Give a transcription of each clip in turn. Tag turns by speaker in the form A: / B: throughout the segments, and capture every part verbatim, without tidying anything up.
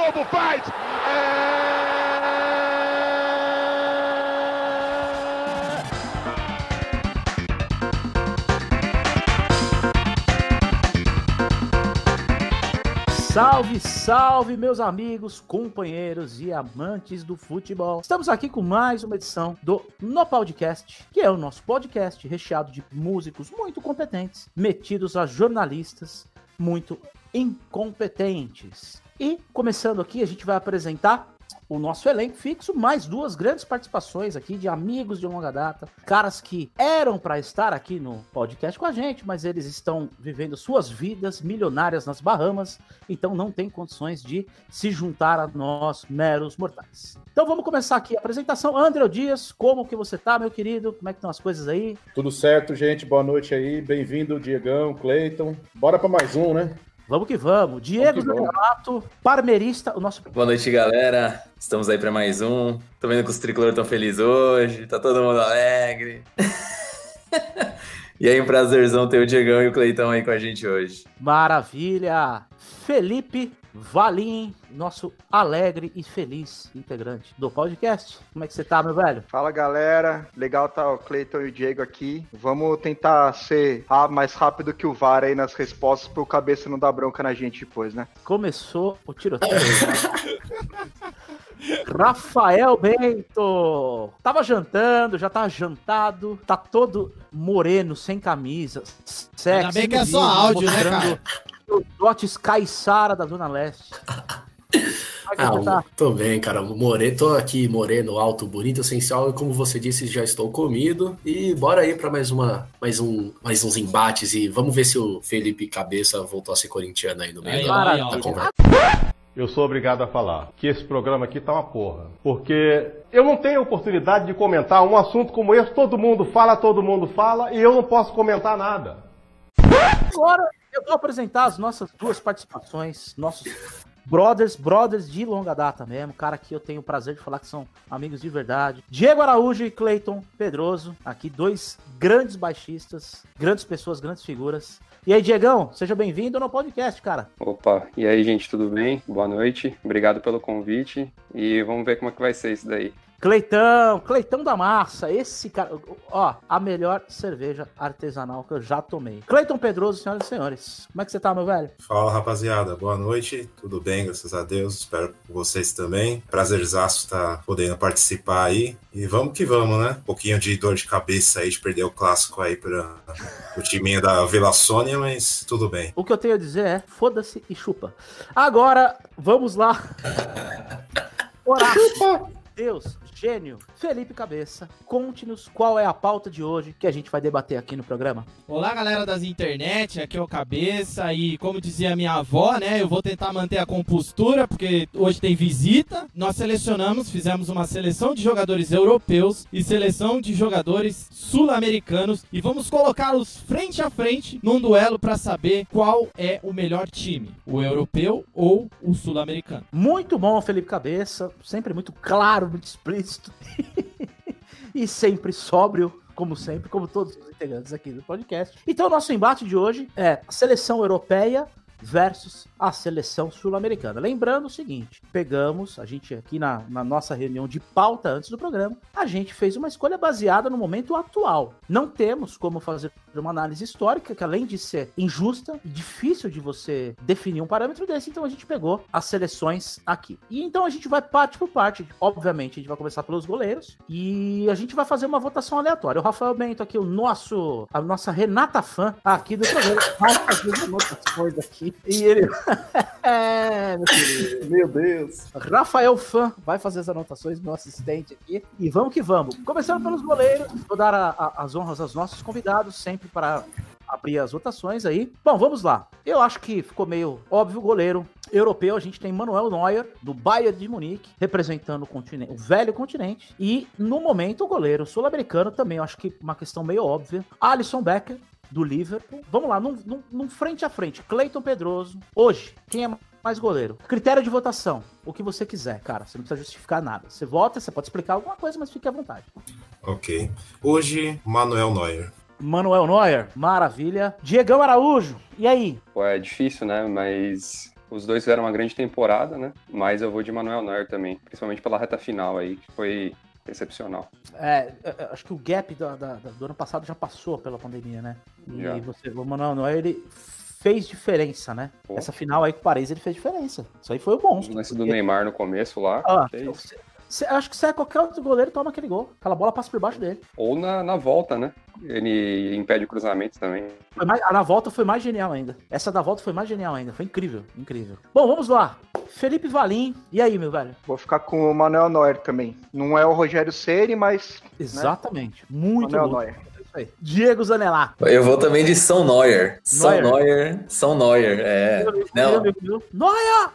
A: global fight.
B: Salve, salve, meus amigos, companheiros e amantes do futebol. Estamos aqui com mais uma edição do No Podcast, que é o nosso podcast recheado de músicos muito competentes, metidos a jornalistas muito incompetentes. E, começando aqui, a gente vai apresentar o nosso elenco fixo, mais duas grandes participações aqui de amigos de longa data, caras que eram para estar aqui no podcast com a gente, mas eles estão vivendo suas vidas milionárias nas Bahamas, então não tem condições de se juntar a nós, meros mortais. Então vamos começar aqui a apresentação. André Dias, como que você tá, meu querido? Como é que estão as coisas aí?
C: Tudo certo, gente, boa noite aí, bem-vindo, Diegão, Cleiton, bora para mais um, né?
B: Vamos que vamos. Diego Zanerato, parmeirista, o nosso...
D: Boa noite, galera. Estamos aí para mais um. Tô vendo que os tricolores estão felizes hoje. Tá todo mundo alegre. E aí, um prazerzão ter o Diegão e o Cleitão aí com a gente hoje.
B: Maravilha. Felipe Valim, nosso alegre e feliz integrante do podcast. Como é que você tá, meu velho?
E: Fala, galera. Legal tá o Cleiton e o Diego aqui. Vamos tentar ser mais rápido que o V A R aí nas respostas pro cabeça não dar bronca na gente depois, né?
B: Começou o tiroteio. Rafael Bento. Tava jantando, já tava jantado. Tá todo moreno, sem camisa. Sexy.
F: Ainda bem que é só áudio, né, cara?
B: Os dotes Caiçara da Zona Leste.
G: Ah, tá? Tô bem, cara. Moreno, tô aqui moreno, alto, bonito, essencial. E como você disse, já estou comido. E bora aí pra mais uma, mais um, mais uns embates. E vamos ver se o Felipe Cabeça voltou a ser corintiano aí no meio
F: aí,
G: da,
F: aí,
G: da
F: aí,
G: conversa.
C: Eu sou obrigado a falar que esse programa aqui tá uma porra. Porque eu não tenho oportunidade de comentar um assunto como esse. Todo mundo fala, todo mundo fala. E eu não posso comentar nada.
B: Agora eu vou apresentar as nossas duas participações, nossos brothers, brothers de longa data mesmo, cara que eu tenho o prazer de falar que são amigos de verdade. Diego Araújo e Cleiton Pedroso, aqui dois grandes baixistas, grandes pessoas, grandes figuras. E aí, Diegão, seja bem-vindo no podcast, cara.
H: Opa, e aí, gente, tudo bem? Boa noite, obrigado pelo convite e vamos ver como é que vai ser isso daí.
B: Cleitão, Cleitão da Massa, esse cara, ó, a melhor cerveja artesanal que eu já tomei. Cleiton Pedroso, senhoras e senhores, como é que você tá, meu velho?
I: Fala, rapaziada, boa noite, tudo bem, graças a Deus, espero que vocês também. Prazerzaço estar podendo participar aí e vamos que vamos, né? Um pouquinho de dor de cabeça aí de perder o clássico aí para o timinho da Vila Sônia, mas tudo bem.
B: O que eu tenho a dizer é, foda-se e chupa. Agora, vamos lá. Oráculo. Deus, gênio, Felipe Cabeça, conte-nos qual é a pauta de hoje que a gente vai debater aqui no programa.
F: Olá, galera das internet, aqui é o Cabeça e como dizia minha avó, né, eu vou tentar manter a compostura porque hoje tem visita. Nós selecionamos, fizemos uma seleção de jogadores europeus e seleção de jogadores sul-americanos e vamos colocá-los frente a frente num duelo para saber qual é o melhor time, o europeu ou o sul-americano.
B: Muito bom, Felipe Cabeça, sempre muito claro, muito explícito e sempre sóbrio, como sempre, como todos os integrantes aqui do podcast. Então, o nosso embate de hoje é a seleção europeia versus a seleção sul-americana. Lembrando o seguinte, pegamos, a gente aqui na, na nossa reunião de pauta antes do programa, a gente fez uma escolha baseada no momento atual. Não temos como fazer uma análise histórica, que além de ser injusta e difícil de você definir um parâmetro desse, então a gente pegou as seleções aqui. E então a gente vai parte por parte. Obviamente, a gente vai começar pelos goleiros e a gente vai fazer uma votação aleatória. O Rafael Bento aqui, o nosso, a nossa Renata fã aqui do programa, vai fazer as votações aqui. E ele... é, meu querido.
C: Meu Deus.
B: Rafael Fã vai fazer as anotações, meu assistente aqui. E vamos que vamos. Começando pelos goleiros, vou dar a, a, as honras aos nossos convidados, sempre para abrir as votações aí. Bom, vamos lá. Eu acho que ficou meio óbvio o goleiro europeu. A gente tem Manuel Neuer, do Bayern de Munique, representando o continente, o velho continente. E, no momento, o goleiro sul-americano também, eu acho que uma questão meio óbvia. Alisson Becker, do Liverpool. Vamos lá, num, num, num frente a frente. Cleiton Pedroso. Hoje, quem é mais goleiro? Critério de votação. O que você quiser, cara. Você não precisa justificar nada. Você vota, você pode explicar alguma coisa, mas fique à vontade.
I: Ok. Hoje, Manuel Neuer.
B: Manuel Neuer, maravilha. Diegão Araújo, e aí?
H: Pô, é difícil, né? Mas Os dois fizeram uma grande temporada, né? Mas eu vou de Manuel Neuer também, principalmente pela reta final aí, que foi excepcional.
B: É, acho que o gap do, da, do ano passado já passou pela pandemia, né? E
H: Já.
B: você, o Manuel Neuer, ele fez diferença, né?
H: Pô.
B: Essa final aí com o Paris, ele fez diferença. Isso aí foi o monstro.
H: O lance do Neymar no começo lá,
B: Ah,
H: que é isso.
B: Cê, acho que se é qualquer outro goleiro, toma aquele gol. Aquela bola passa por baixo dele.
H: Ou na, na volta, né? Ele impede o cruzamento também.
B: Foi mais, a na volta foi mais genial ainda. Essa da volta foi mais genial ainda. Foi incrível, incrível. Bom, vamos lá. Felipe Valim. E aí, meu velho?
E: Vou ficar com o Manuel Neuer também. Não é o Rogério Ceni, mas...
B: Exatamente. Né? Muito
E: Manuel
B: bom.
E: Neuer.
B: Aí. Diego Zanelato.
D: Eu vou também de São Neuer. São
B: Neuer.
D: Neuer. São Neuer, é. Não.
B: Neuer!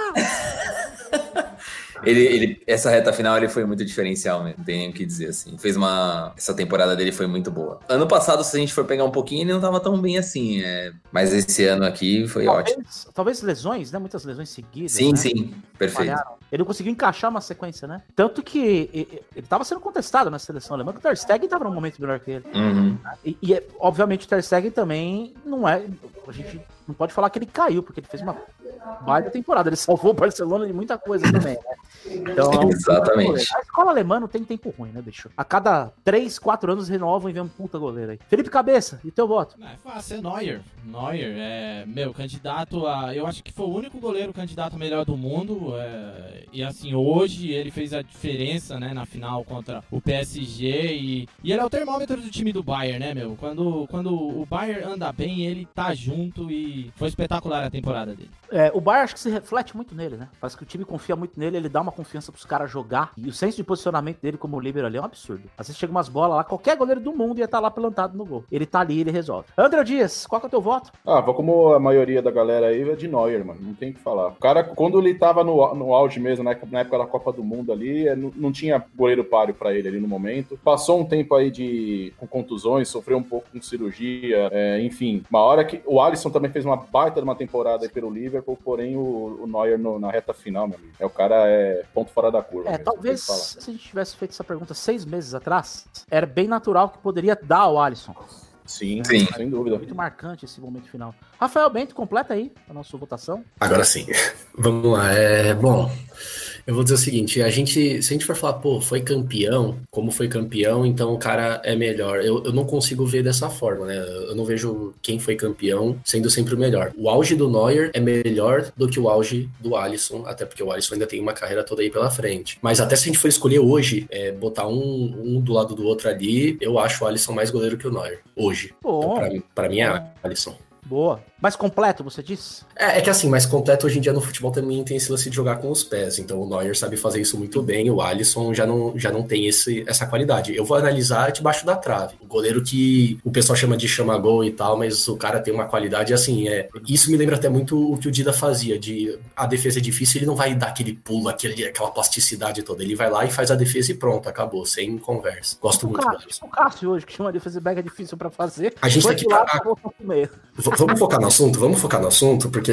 B: Neuer!
D: Ele, ele, essa reta final ele foi muito diferencial mesmo, não tem nem o que dizer assim. Fez uma. Essa temporada dele foi muito boa. Ano passado, se a gente for pegar um pouquinho, ele não tava tão bem assim, é... mas esse ano aqui foi
B: talvez,
D: ótimo.
B: Talvez lesões, né? Muitas lesões seguidas.
D: Sim,
B: né?
D: sim, perfeito.
B: Falharam. Ele não conseguiu encaixar uma sequência, né? Tanto que ele tava sendo contestado na seleção alemã, que o Ter Stegen tava num momento melhor que ele.
D: Uhum.
B: E, e, obviamente, o Ter Stegen também não é... A gente não pode falar que ele caiu, porque ele fez uma baita temporada. Ele salvou o Barcelona de muita coisa também, né? Então,
D: exatamente.
B: A escola alemã não tem tempo ruim, né, bicho? A cada três, quatro anos renovam e vem um puta goleiro aí. Felipe Cabeça, e teu voto?
F: É fácil, é Neuer. Neuer é, meu, candidato a... Eu acho que foi o único goleiro candidato melhor do mundo. É, e assim, hoje ele fez a diferença, né, na final contra o P S G. E, e ele é o termômetro do time do Bayern, né, meu? Quando, quando o Bayern anda bem, ele tá junto e foi espetacular a temporada dele.
B: É, o Bayern acho que se reflete muito nele, né? Parece que o time confia muito nele, ele dá uma confiança pros caras jogar. E o senso de posicionamento dele como líbero ali é um absurdo. Às vezes chega umas bolas lá, qualquer goleiro do mundo ia estar lá plantado no gol. Ele tá ali, ele resolve. André Dias, qual que é o teu voto?
A: Ah, vou como a maioria da galera aí, é de Neuer, mano. Não tem o que falar. O cara, quando ele tava no, no auge mesmo, na época, na época da Copa do Mundo ali, não, não tinha goleiro páreo pra ele ali no momento. Passou um tempo aí de, com contusões, sofreu um pouco com cirurgia, é, enfim. Uma hora que o Alisson também fez uma baita de uma temporada aí pelo Liverpool, porém o, o Neuer no, na reta final, meu amigo. É, o cara é ponto fora da curva.
B: É,
A: mesmo,
B: talvez se a gente tivesse feito essa pergunta seis meses atrás, era bem natural que poderia dar ao Alisson.
A: Sim,
D: sim,
A: sem dúvida.
B: Muito marcante esse momento final. Rafael Bento, completa aí a nossa votação.
G: Agora sim. Vamos lá. É, bom, eu vou dizer o seguinte, a gente, se a gente for falar, pô, foi campeão, como foi campeão, então o cara é melhor. Eu, eu não consigo ver dessa forma, né? Eu não vejo quem foi campeão sendo sempre o melhor. O auge do Neuer é melhor do que o auge do Alisson, até porque o Alisson ainda tem uma carreira toda aí pela frente. Mas até se a gente for escolher hoje, é, botar um, um do lado do outro ali, eu acho o Alisson mais goleiro que o Neuer, hoje.
B: Bom.
G: Então, pra, pra mim é Alisson.
B: Boa. Mais completo, você disse?
G: É, é que assim, mais completo hoje em dia no futebol também tem esse lance de jogar com os pés. Então o Neuer sabe fazer isso muito bem, o Alisson já não, já não tem esse, essa qualidade. Eu vou analisar debaixo da trave. O goleiro que o pessoal chama de chama-gol e tal, mas o cara tem uma qualidade assim, é... Isso me lembra até muito o que o Dida fazia, de a defesa é difícil, ele não vai dar aquele pulo, aquele, aquela plasticidade toda. Ele vai lá e faz a defesa e pronto, acabou, sem conversa. Gosto
B: o
G: muito
B: Cássio,
G: do Alisson.
B: O Cássio hoje, que chama de defesa back é difícil pra fazer.
G: A gente
B: foi
G: tem que...
B: lá,
G: A...
B: v-
G: vamos focar no assunto? Vamos focar no assunto, porque...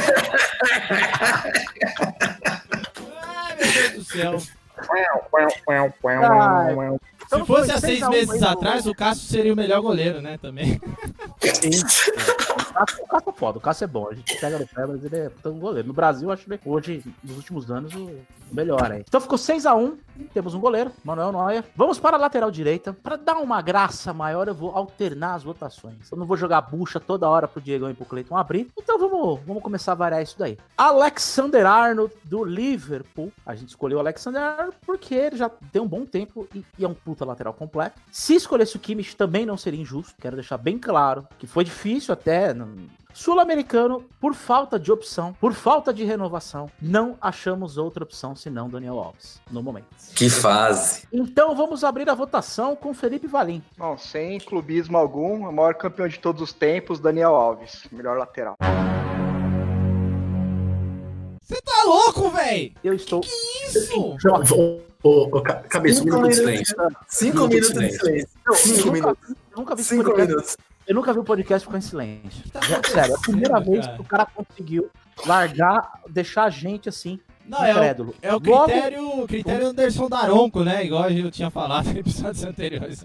F: Ai, meu Deus do céu.
B: Ai,
F: Se fosse há seis meses atrás, o Cássio seria o melhor goleiro, né, também.
B: Sim. O Cássio é foda, o Cássio é bom, a gente pega no pé, mas ele é um goleiro. No Brasil, eu acho que hoje, nos últimos anos, o melhor aí. Então ficou seis a um, temos um goleiro, Manuel Neuer. Vamos para a lateral direita. Para dar uma graça maior, eu vou alternar as votações. Eu não vou jogar bucha toda hora pro Diego e pro Cleiton abrir. Então vamos, vamos começar a variar isso daí. Alexander-Arnold, do Liverpool. A gente escolheu o Alexander-Arnold porque ele já tem um bom tempo e, e é um puta lateral completo. Se escolhesse o Kimmich também não seria injusto. Quero deixar bem claro que foi difícil até... Não... Sul-americano, por falta de opção, por falta de renovação, não achamos outra opção senão Daniel Alves, no momento.
D: Que fase!
B: Então vamos abrir a votação com Felipe Valim.
E: Bom, sem clubismo algum, o maior campeão de todos os tempos, Daniel Alves, melhor lateral.
F: Você tá louco, véi?
B: Eu estou...
F: Que isso?
G: Ô, ô, cabeça, um minuto de silêncio.
D: Cinco minutos de silêncio.
B: Cinco minutos. Nunca vi
D: Cinco
B: podcast,
D: minutos.
B: Eu nunca vi o podcast ficar em silêncio.
F: Tá
B: Sério, é a primeira
F: acontecendo,
B: vez
F: cara?
B: que o cara conseguiu largar, deixar a gente assim,
F: Não, é o, é o critério, Logo... critério Anderson Daronco, né? Igual eu tinha falado em episódios anteriores.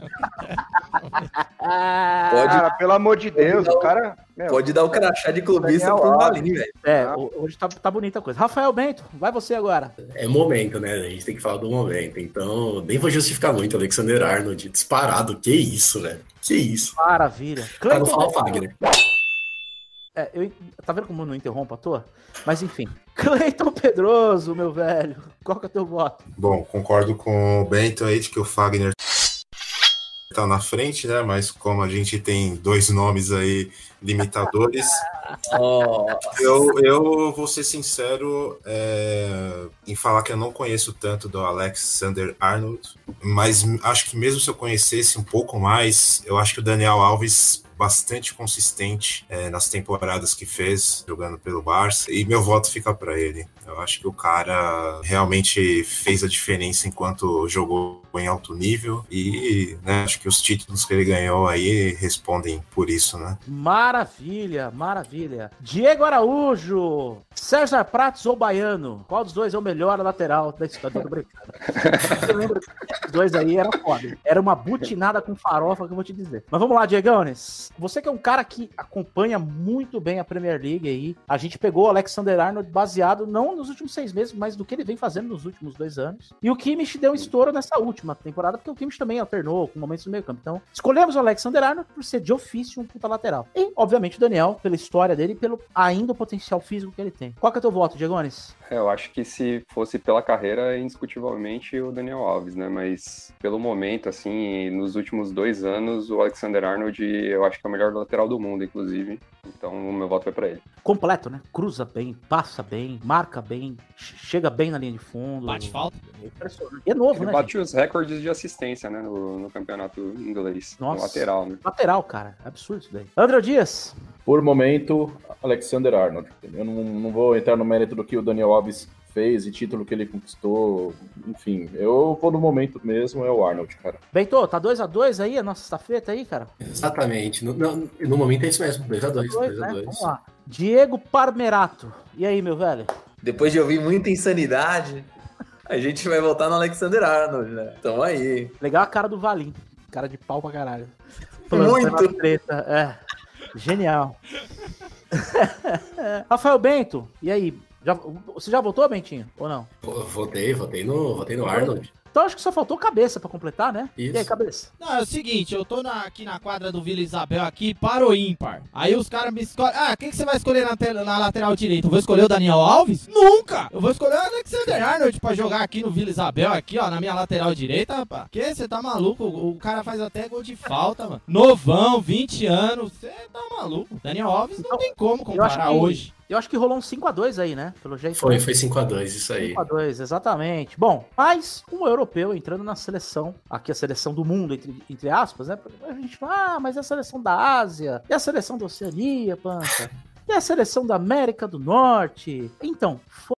E: Pode, pelo amor de Deus, o cara...
D: Meu, pode dar o crachá de clubista pro Valim, velho.
B: É, hoje tá, tá bonita a coisa. Rafael Bento, vai você agora.
G: É momento, né? A gente tem que falar do momento. Então, nem vou justificar muito. Alexander Arnold, disparado. Que isso, velho? Que isso?
B: Maravilha.
G: Pra não falar o Fagner.
B: É, eu, tá vendo como eu não interrompo à toa? Mas enfim. Cleiton Pedroso, meu velho. Qual que é o teu voto?
I: Bom, concordo com o Bento aí de que o Fagner tá na frente, né? Mas como a gente tem dois nomes aí limitadores, oh. eu, eu vou ser sincero é, em falar que eu não conheço tanto do Alexander Arnold, mas acho que mesmo se eu conhecesse um pouco mais, eu acho que o Daniel Alves bastante consistente é, nas temporadas que fez, jogando pelo Barça, e meu voto fica para ele. Eu acho que o cara realmente fez a diferença enquanto jogou em alto nível e né, acho que os títulos que ele ganhou aí respondem por isso, né?
B: Maravilha, maravilha. Diego Araújo, César Prates ou Baiano? Qual dos dois é o melhor lateral da história? Tô brincando. Eu lembro que os dois aí era foda. Era uma butinada com farofa que eu vou te dizer. Mas vamos lá, Diegones. Você que é um cara que acompanha muito bem a Premier League aí, a gente pegou o Alexander Arnold baseado não nos últimos seis meses, mas do que ele vem fazendo nos últimos dois anos. E o Kimmich deu um estouro nessa última temporada, porque o Kimmich também alternou com momentos no meio campo. Então, escolhemos o Alexander Arnold por ser de ofício um puta lateral. E, obviamente, o Daniel, pela história dele e pelo ainda o potencial físico que ele tem. Qual que é o teu voto, Diegones?
H: É, eu acho que se fosse pela carreira, indiscutivelmente o Daniel Alves, né? Mas pelo momento, assim, nos últimos dois anos, o Alexander Arnold, eu acho que é o melhor lateral do mundo, inclusive. Então, o meu voto vai pra ele.
B: Completo, né? Cruza bem, passa bem, marca bem, chega bem na linha de fundo.
F: Bate falta.
B: É impressionante. E é novo,
H: ele
B: né?
H: Bate
B: gente?
H: os recordes de assistência, né? No, no campeonato inglês.
B: Nossa.
H: No lateral, né?
B: Lateral, cara. Absurdo isso daí. André Dias.
A: Por momento, Alexander Arnold. Eu não, não vou entrar no mérito do que o Daniel Alves fez e título que ele conquistou. Enfim, eu vou no momento mesmo, é o Arnold, cara.
B: Bento, tá dois a dois aí, a nossa estafeta aí, cara?
G: Exatamente. No, no, no momento é isso mesmo, dois a dois.
B: Né? Vamos lá. Diego Parmerato. E aí, meu velho?
D: Depois de ouvir muita insanidade, a gente vai voltar no Alexander Arnold, né? Tamo aí.
B: Legal a cara do Valim. Cara de pau pra caralho.
D: Muito.
B: Treta. É. Genial. Rafael Bento, e aí? Já, você já votou, Bentinho? Ou não?
G: Votei, votei no, votei no Arnold.
B: Então acho que só faltou cabeça pra completar, né?
G: Isso.
B: E aí, cabeça?
F: Não, é o seguinte, eu tô na, aqui na quadra do Vila Isabel aqui, para o ímpar. Aí os caras me escolhem. Ah, quem que você vai escolher na, te, na lateral direita? Eu vou escolher o Daniel Alves? Nunca! Eu vou escolher o Alexander Arnold pra jogar aqui no Vila Isabel, aqui, ó, na minha lateral direita, rapaz. Que? Você tá maluco? O, o cara faz até gol de falta, mano. Novão, vinte anos. Você tá maluco. Daniel Alves não tem como comparar
B: que...
F: hoje.
B: Eu acho que rolou um cinco a dois aí, né? Pelo jeito.
G: Foi, foi cinco a dois, isso aí.
B: cinco a dois, exatamente. Bom, mas um europeu entrando na seleção, aqui a seleção do mundo, entre, entre aspas, né? A gente fala, ah, mas é a seleção da Ásia, e a seleção da Oceania, pança, e a seleção da América do Norte. Então, foi...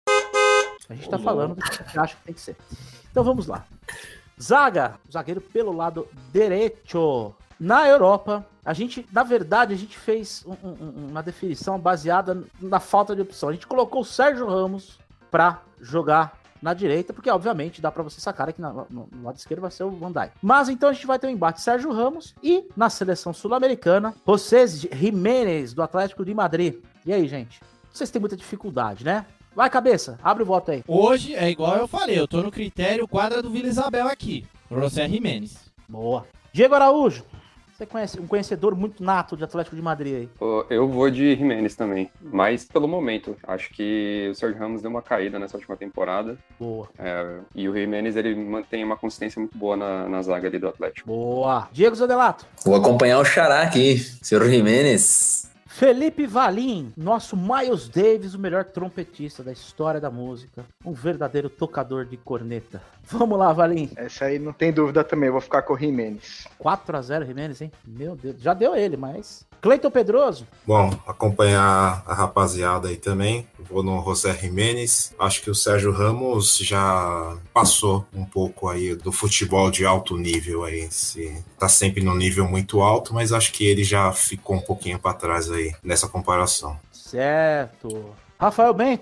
B: a gente tá falando do que a gente acha que tem que ser. Então vamos lá. Zaga, zagueiro pelo lado direito. Na Europa, a gente, na verdade, a gente fez um, um, uma definição baseada na falta de opção. A gente colocou o Sérgio Ramos para jogar na direita, porque, obviamente, dá para você sacar que na, no, no lado esquerdo vai ser o Van Dijk. Mas, então, a gente vai ter um embate Sérgio Ramos e, na seleção sul-americana, José Jiménez, do Atlético de Madrid. E aí, gente? Vocês têm muita dificuldade, né? Vai, cabeça, abre o voto aí.
F: Hoje, é igual eu falei, eu tô no critério quadra do Vila Isabel aqui. José Jiménez.
B: Boa. Diego Araújo. Você conhece um conhecedor muito nato de Atlético de Madrid aí?
H: Eu vou de Jiménez também, mas pelo momento. Acho que o Sérgio Ramos deu uma caída nessa última temporada.
B: Boa.
H: É, e o Jiménez, ele mantém uma consistência muito boa na, na zaga ali do Atlético.
B: Boa. Diego Zadelato.
D: Vou acompanhar o Xará aqui, senhor Jiménez.
B: Felipe Valim, nosso Miles Davis, o melhor trompetista da história da música. Um verdadeiro tocador de corneta. Vamos lá, Valim.
E: Essa aí não tem dúvida também, eu vou ficar com o Jiménez.
B: quatro a zero Jiménez, hein? Meu Deus, já deu ele, mas... Cleiton Pedroso.
I: Bom, acompanhar a rapaziada aí também. Vou no José Jiménez. Acho que o Sérgio Ramos já passou um pouco aí do futebol de alto nível aí. Se tá sempre no nível muito alto, mas acho que ele já ficou um pouquinho para trás aí nessa comparação.
B: Certo. Rafael Bento.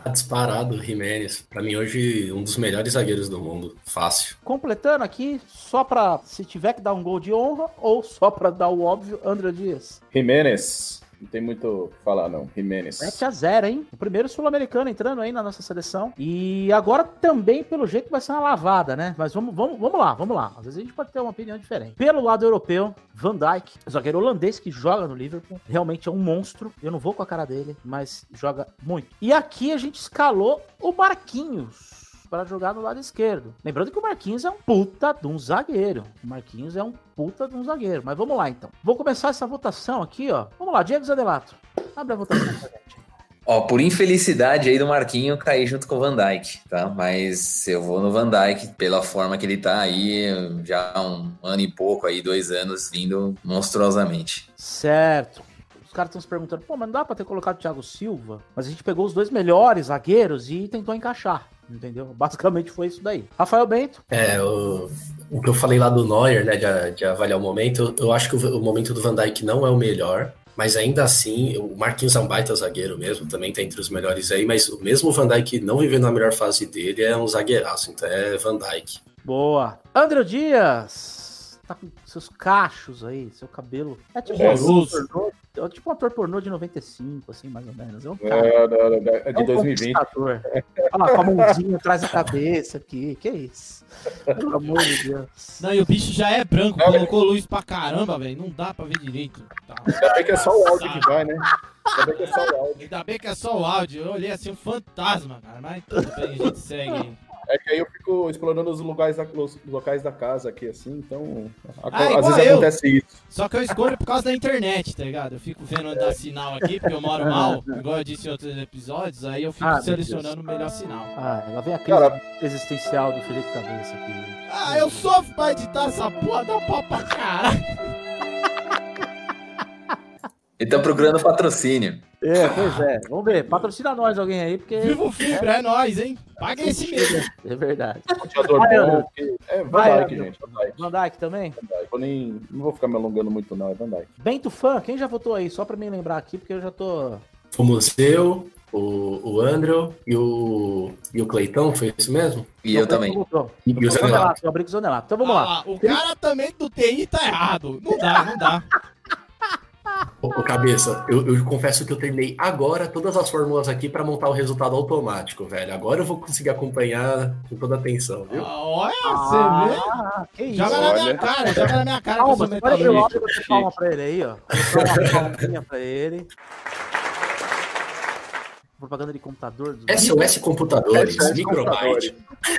G: Disparado, Jimenez. Pra mim, hoje, um dos melhores zagueiros do mundo. Fácil.
B: Completando aqui, só pra se tiver que dar um gol de honra ou só pra dar o óbvio, André Dias.
A: Jimenez. Não tem muito o que falar, não. Jimenez.
B: sete a zero, hein? O primeiro sul-americano entrando aí na nossa seleção. E agora também, pelo jeito, vai ser uma lavada, né? Mas vamos, vamos, vamos lá, vamos lá. Às vezes a gente pode ter uma opinião diferente. Pelo lado europeu, Van Dijk, zagueiro holandês que joga no Liverpool. Realmente é um monstro. Eu não vou com a cara dele, mas joga muito. E aqui a gente escalou o Marquinhos para jogar no lado esquerdo. Lembrando que o Marquinhos é um puta de um zagueiro. O Marquinhos é um puta de um zagueiro. Mas vamos lá, então. Vou começar essa votação aqui, ó. Vamos lá, Diego Zanelato. Abre a votação pra gente.
D: Ó, por infelicidade aí do Marquinho, caí junto com o Van Dijk, tá? Mas eu vou no Van Dijk pela forma que ele tá aí, já há um ano e pouco aí, dois anos, vindo monstruosamente.
B: Certo. Os caras estão se perguntando, pô, mas não dá pra ter colocado o Thiago Silva? Mas a gente pegou os dois melhores zagueiros e tentou encaixar. Entendeu? Basicamente foi isso daí. Rafael Bento.
G: É, o, o que eu falei lá do Neuer, né, de, de avaliar o momento, eu, eu acho que o, o momento do Van Dijk não é o melhor, mas ainda assim, o Marquinhos é um baita zagueiro mesmo, também tá entre os melhores aí, mas o mesmo Van Dijk não vivendo a melhor fase dele é um zagueiraço, então é Van Dijk.
B: Boa. André Dias. Tá com seus cachos aí, seu cabelo. É tipo
A: É,
B: um ator pornô, é tipo um ator pornô de noventa e cinco, assim, mais ou menos. É um cara.
A: É, não, não, não, é de
B: É um
A: dois mil e vinte.
B: conquistador. Olha lá, com a mãozinha atrás da cabeça aqui. Que isso? Pelo amor de Deus.
F: Não, e o bicho já é branco, colocou luz pra caramba, velho. Não dá pra ver direito. Tá.
A: Ainda bem que é só o áudio que vai, né? Ainda bem que é só o áudio.
F: Ainda bem que é só o áudio. Eu olhei assim, um fantasma, cara. Mas tudo bem, a gente segue aí.
A: É que aí eu fico explorando os locais da, os locais da casa aqui, assim, então.
F: Ah,
A: às
F: igual
A: vezes
F: eu.
A: acontece isso.
F: Só que eu escolho por causa da internet, tá ligado? Eu fico vendo onde dá sinal aqui, porque eu moro mal, igual eu disse em outros episódios, aí eu fico
B: Ah, meu
F: selecionando o melhor sinal.
B: Ah, ela vem a crise
A: Cara,
B: existencial do Felipe Cabeça aqui.
F: Ah, eu sofro pra editar essa porra da pau pra caralho.
D: Ele tá procurando patrocínio.
B: É, pois é. Vamos ver. Patrocina nós alguém aí, porque.
F: Vivo Fibra, é nóis, hein? Paga esse mesmo.
B: É verdade.
A: Roteador
B: Vai,
A: bom.
B: André.
A: porque- É Van
B: Vai,
A: Dijk,
B: André.
A: gente. Van Dijk.
B: Van Dijk também?
A: Van Dijk. Vou nem, não vou ficar me alongando muito, não. É Van Dijk.
B: Bento Fã, quem já votou aí? Só pra me lembrar aqui, porque eu já tô.
G: Fomos eu, o, o Andrew e o, e o Cleitão, foi isso mesmo?
D: E eu também.
B: Votou.
G: E
B: Eu
G: o
B: tô
G: Zanelato.
B: Zanelato, eu abri com o Zanelato. Então vamos
F: Ah,
B: lá.
F: o cara também do T I tá errado. Não dá, não dá.
G: Ô, ô, Cabeça, eu, eu confesso que eu terminei agora todas as fórmulas aqui pra montar o resultado automático, velho. Agora eu vou conseguir acompanhar com toda a atenção, viu?
F: Ah, olha, você vê?
B: Ah, que isso.
F: Joga na minha
E: Olha.
F: cara, joga na minha cara que eu
B: Calma,
F: sou
B: você pode abrir o
F: metalúrgico.
B: áudio e bater palma pra ele aí, ó. Vou dar uma palminha pra ele. Propaganda de computador. Dos...
G: S O S Computadores,
A: S O S
G: Microbyte.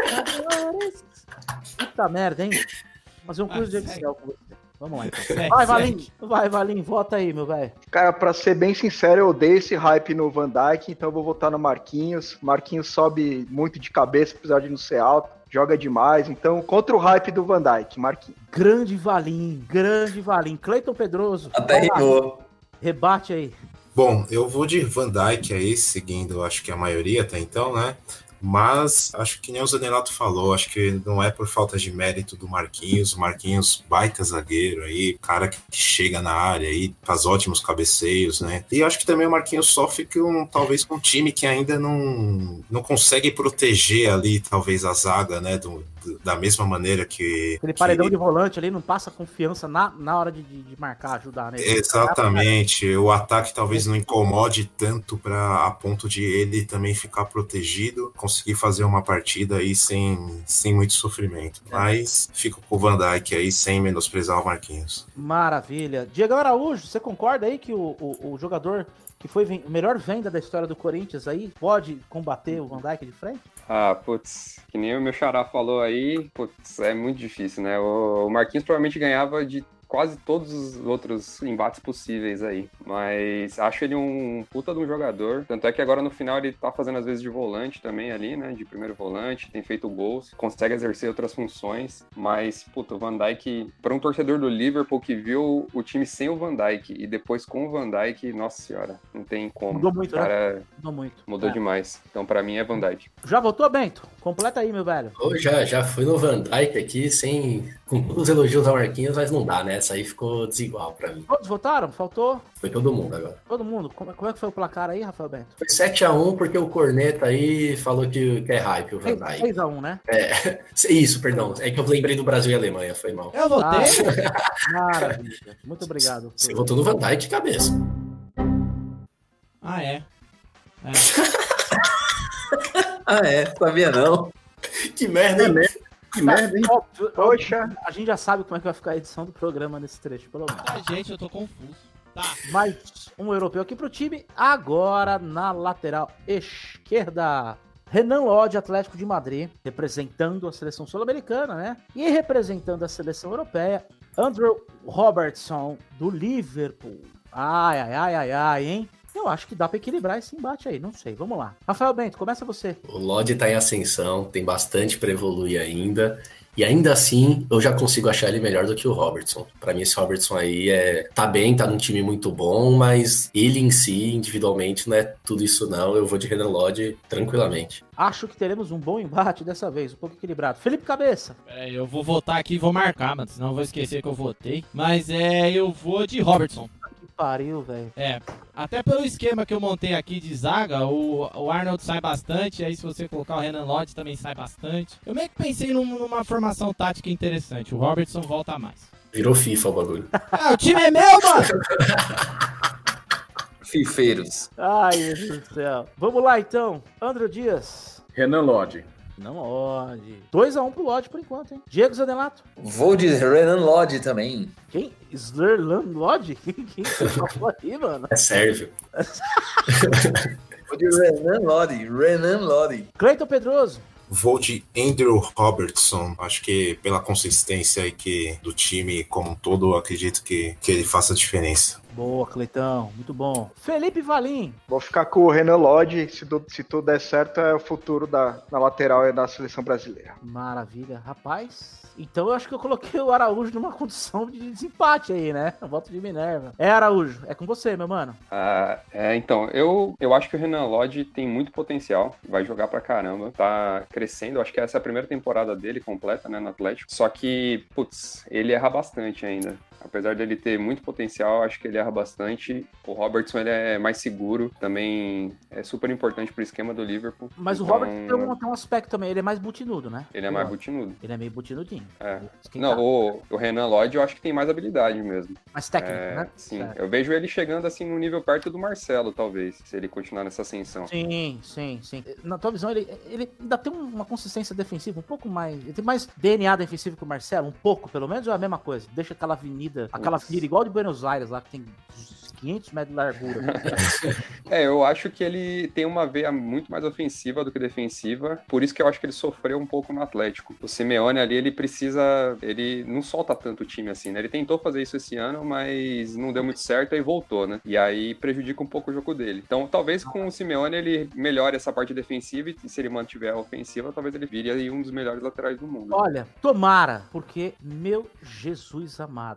B: Puta merda, hein? Fazer um curso de
F: Ah,
B: Excel com você. Vamos lá, então.
F: Segue,
B: Vai,
F: segue.
B: Valim. Vai, Valim. Vota aí, meu velho.
E: Cara, pra ser bem sincero, eu odeio esse hype no Van Dijk, então eu vou votar no Marquinhos. Marquinhos sobe muito de cabeça, apesar de não ser alto, joga demais. Então, contra o hype do Van Dijk, Marquinhos.
B: Grande Valim. Grande Valim. Cleiton Pedroso.
D: Até
B: vai lá.
D: rimou.
B: Rebate aí.
I: Bom, eu vou de Van Dijk aí, seguindo, acho que a maioria até então, né? Mas acho que nem o Zanelato falou, acho que não é por falta de mérito do Marquinhos. O Marquinhos, baita zagueiro aí, cara que chega na área aí, faz ótimos cabeceios, né? E acho que também o Marquinhos sofre com, talvez com um time que ainda não, não consegue proteger ali, talvez, a zaga, né? Do, do, da mesma maneira que...
B: Aquele
I: que...
B: paredão de volante ali não passa confiança na, na hora de, de, de marcar, ajudar, né?
I: Exatamente, o ataque talvez não incomode tanto para a ponto de ele também ficar protegido, conseguir fazer uma partida aí sem, sem muito sofrimento. Mas fico com o Van Dijk aí, sem menosprezar o Marquinhos.
B: Maravilha. Diego Araújo, você concorda aí que o, o, o jogador que foi a melhor venda da história do Corinthians aí pode combater o Van Dijk de frente?
H: Ah, putz, que nem o meu xará falou aí, putz, é muito difícil, né? O Marquinhos provavelmente ganhava de quase todos os outros embates possíveis aí, mas acho ele um puta de um jogador, tanto é que agora no final ele tá fazendo às vezes de volante também ali, né, de primeiro volante, tem feito gols, consegue exercer outras funções, mas, puta, o Van Dijk, para um torcedor do Liverpool que viu o time sem o Van Dijk e depois com o Van Dijk, nossa senhora, não tem como.
B: Mudou muito,
H: o cara
B: né? Mudou muito.
H: mudou
B: É.
H: demais, então para mim é Van Dijk.
B: Já votou, Bento? Completa aí, meu velho.
G: Eu já, já fui no Van Dijk aqui, sem, com todos os elogios ao Marquinhos, mas não dá, né? essa aí ficou desigual pra mim.
B: Todos votaram? Faltou?
G: Foi todo mundo agora.
B: Todo mundo? Como, como é que foi o placar aí, Rafael Bento?
G: Foi sete a um porque o Corneta aí falou que, que é hype, o Van Dijk.
B: seis a um, né?
G: É, isso, perdão. É que eu lembrei do Brasil e Alemanha, foi mal.
F: Eu votei.
B: Ah, maravilha. Muito obrigado.
G: Você votou no Van Dijk, cabeça.
F: Ah, é. é.
D: Ah, é? Sabia não.
G: Que merda, hein?
E: Que merda, hein?
B: Óbvio,
E: Poxa.
B: A gente já sabe como é que vai ficar a edição do programa nesse trecho, pelo menos.
F: Ah, gente, eu tô confuso. Tá.
B: Mais um europeu aqui pro time. Agora na lateral esquerda. Renan Lodge, Atlético de Madrid, representando a seleção sul-americana, né? E representando a seleção europeia, Andrew Robertson, do Liverpool. Ai, ai, ai, ai, ai, hein? Eu acho que dá pra equilibrar esse embate aí, não sei. Vamos lá. Rafael Bento, começa você.
G: O Lodge tá em ascensão, tem bastante pra evoluir ainda. E ainda assim, eu já consigo achar ele melhor do que o Robertson. Pra mim, esse Robertson aí é... tá bem, tá num time muito bom, mas ele em si, individualmente, não é tudo isso não. Eu vou de Renan Lodge tranquilamente.
B: Acho que teremos um bom embate dessa vez, um pouco equilibrado. Felipe Cabeça.
F: Peraí, eu vou votar aqui e vou marcar, mano, senão eu vou esquecer que eu votei. Mas é, eu vou de Robertson.
B: Que pariu, velho.
F: É, até pelo esquema que eu montei aqui de zaga, o, o Arnold sai bastante, aí se você colocar o Renan Lodge também sai bastante. Eu meio que pensei num, numa formação tática interessante, o Robertson volta mais.
G: Virou FIFA o bagulho.
F: Ah, o time é meu, mano!
D: Fifeiros.
B: Ai, meu Deus do céu. Vamos lá, então. André Dias.
A: Renan Lodge.
B: Não Lodge. dois a um pro Lodge por enquanto, hein? Diego Zanelato.
D: Vou de Renan Lodge também.
B: Quem? Slerland Lodge? Quem, quem você falou aí, mano?
G: É sérvio.
D: Vou de Renan Lodge. Renan Lodge.
B: Cleiton Pedroso.
I: Vou de Andrew Robertson. Acho que pela consistência aí que, do time como um todo, eu acredito que, que ele faça a diferença.
B: Boa, Cleitão. Muito bom. Felipe Valim.
E: Vou ficar com o Renan Lodge. Se, do, se tudo der certo, é o futuro da, na lateral e da seleção brasileira.
B: Maravilha. Rapaz, então eu acho que eu coloquei o Araújo numa condição de desempate aí, né? Voto de Minerva. É, Araújo. É com você, meu mano.
H: Ah, é, então, eu, eu acho que o Renan Lodge tem muito potencial. Vai jogar pra caramba. Tá crescendo. Acho que essa é a primeira temporada dele completa, né, no Atlético. Só que, putz, ele erra bastante ainda. Apesar dele ter muito potencial, acho que ele erra bastante. O Robertson, ele é mais seguro, também é super importante pro esquema do Liverpool.
B: Mas
H: então,
B: o Robertson tem um, tem um aspecto também, ele é mais butinudo, né?
H: Ele é mais butinudo.
B: Ele é meio butinudinho.
H: É. Não, o, o Renan Lodge eu acho que tem mais habilidade mesmo.
B: Mais técnico,
H: é,
B: né?
H: Sim,
B: certo.
H: Eu vejo ele chegando assim no nível perto do Marcelo, talvez, se ele continuar nessa ascensão.
B: Sim, sim, sim. Na tua visão, ele, ele ainda tem uma consistência defensiva um pouco mais... Ele tem mais D N A defensivo que o Marcelo, um pouco, pelo menos, ou é a mesma coisa? Deixa aquela avenida, aquela avenida igual de Buenos Aires lá, que tem quinhentos metros de largura.
H: É, eu acho que ele tem uma veia muito mais ofensiva do que defensiva, por isso que eu acho que ele sofreu um pouco no Atlético. O Simeone ali, ele precisa, ele não solta tanto o time assim, né? Ele tentou fazer isso esse ano, mas não deu muito certo, aí voltou, né? E aí prejudica um pouco o jogo dele. Então, talvez com o Simeone ele melhore essa parte defensiva e se ele mantiver a ofensiva, talvez ele vire aí um dos melhores laterais do mundo.
B: Olha, tomara, porque, meu Jesus amado,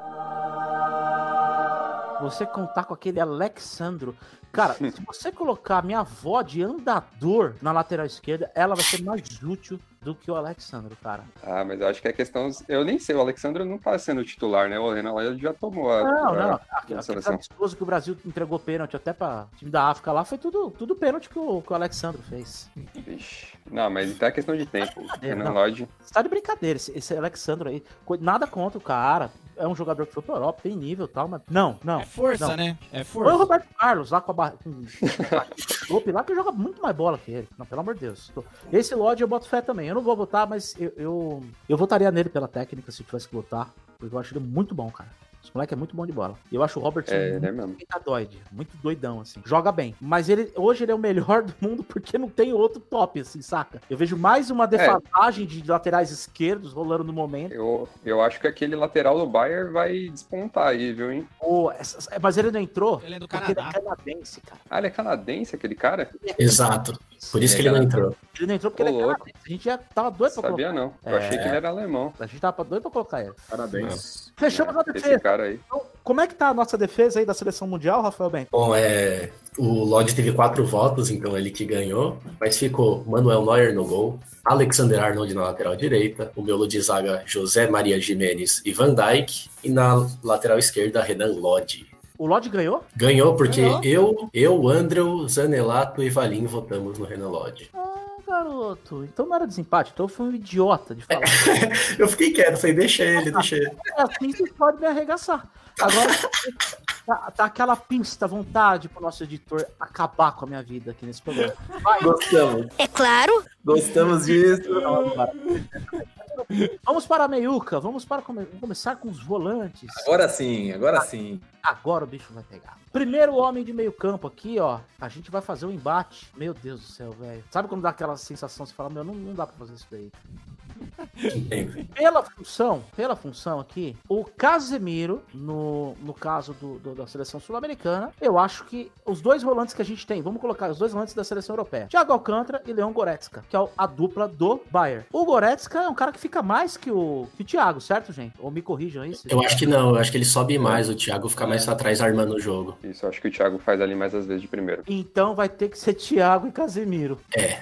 B: você contar com aquele Alexandro. Cara, se você colocar a minha avó de andador na lateral esquerda, ela vai ser mais útil do que o Alexandro, cara.
H: Ah, mas eu acho que a questão... Eu nem sei, o Alexandro não tá sendo titular, né? O Renan Lodge já tomou a...
B: Não,
H: a,
B: não. Aquele absurdo que o Brasil entregou pênalti até pra time da África lá, foi tudo, tudo pênalti que o, que o Alexandro fez.
H: Vixe. Não, mas então é questão de tempo. Renan Lodge...
B: Você tá de brincadeira, esse, esse Alexandro aí. Nada contra o cara. É um jogador que foi pra Europa, tem nível e tal, mas... Não, não.
F: É força,
B: não.
F: né? É força.
B: Foi o Roberto Carlos lá com a barra... Com... lá que joga muito mais bola que ele. Não, pelo amor de Deus. Esse Lodge eu boto fé também. Eu não vou votar, mas eu, eu, eu votaria nele pela técnica se eu tivesse que votar. Porque eu acho ele muito bom, cara. Esse moleque é muito bom de bola. E eu acho o Robertson
H: é,
B: muito
H: é mesmo.
B: doide, muito doidão, assim. Joga bem. Mas ele hoje ele é o melhor do mundo porque não tem outro top, assim, saca? Eu vejo mais uma defasagem é. de laterais esquerdos rolando no momento.
H: Eu, eu acho que aquele lateral do Bayern vai despontar aí, viu, hein?
B: Oh, essa, mas ele não entrou?
F: Ele é do
B: Canadá.
F: Canadá.
B: Ele é canadense, cara.
H: Ah, ele é canadense, aquele cara?
G: Exato. Por isso que ele não entrou.
B: Ele não entrou porque
H: Ô,
B: ele é
H: louco.
B: canadense. A gente já tava doido pra
H: Sabia
B: colocar.
H: não. Eu achei que ele era alemão.
B: A gente tava doido pra colocar ele.
A: Parabéns.
B: Fechamos a
H: Esse
B: defesa.
H: cara aí.
B: Então, como é que tá a nossa defesa aí da seleção mundial, Rafael Bento?
G: Bom, é, o Lodge teve quatro votos, então ele que ganhou, mas ficou Manuel Neuer no gol, Alexander Arnold na lateral direita, o miolo de zaga José Maria Gimenez e Van Dijk, e na lateral esquerda Renan Lodge.
B: O Lodge ganhou?
G: Ganhou porque
B: Ganhou.
G: eu, eu, Andrew, Zanelato e Valim votamos no Renan Lodge.
B: Ah, garoto. Então não era desempate, então eu fui um idiota de falar.
G: Eu fiquei quieto, falei, deixa ele, deixa ele.
B: É assim que pode me arregaçar. Agora, tá, tá aquela pista à vontade pro nosso editor acabar com a minha vida aqui nesse programa. Vai.
D: Gostamos.
J: É claro.
D: Gostamos disso.
B: Vamos para a meiuca, vamos para come- vamos começar com os volantes.
D: Agora sim, agora sim.
B: Agora o bicho vai pegar. Primeiro homem de meio campo aqui, ó. A gente vai fazer um embate. Meu Deus do céu, velho. Sabe quando dá aquela sensação, você fala, meu, não, não dá pra fazer isso daí. Pela função, pela função aqui, o Casemiro, no, no caso do, do- da seleção sul-americana, eu acho que os dois volantes que a gente tem, vamos colocar os dois volantes da seleção europeia, Thiago Alcântara e Leon Goretzka, que é a dupla do Bayern. O Goretzka é um cara que fica mais que o, que o Thiago, certo, gente? Ou me corrijam aí. se-
G: Eu acho que não, eu acho que ele sobe mais, o Thiago fica mais atrás armando o jogo.
H: Isso, eu acho que o Thiago faz ali mais às vezes de primeiro.
B: Então vai ter que ser Thiago e Casemiro.
G: É.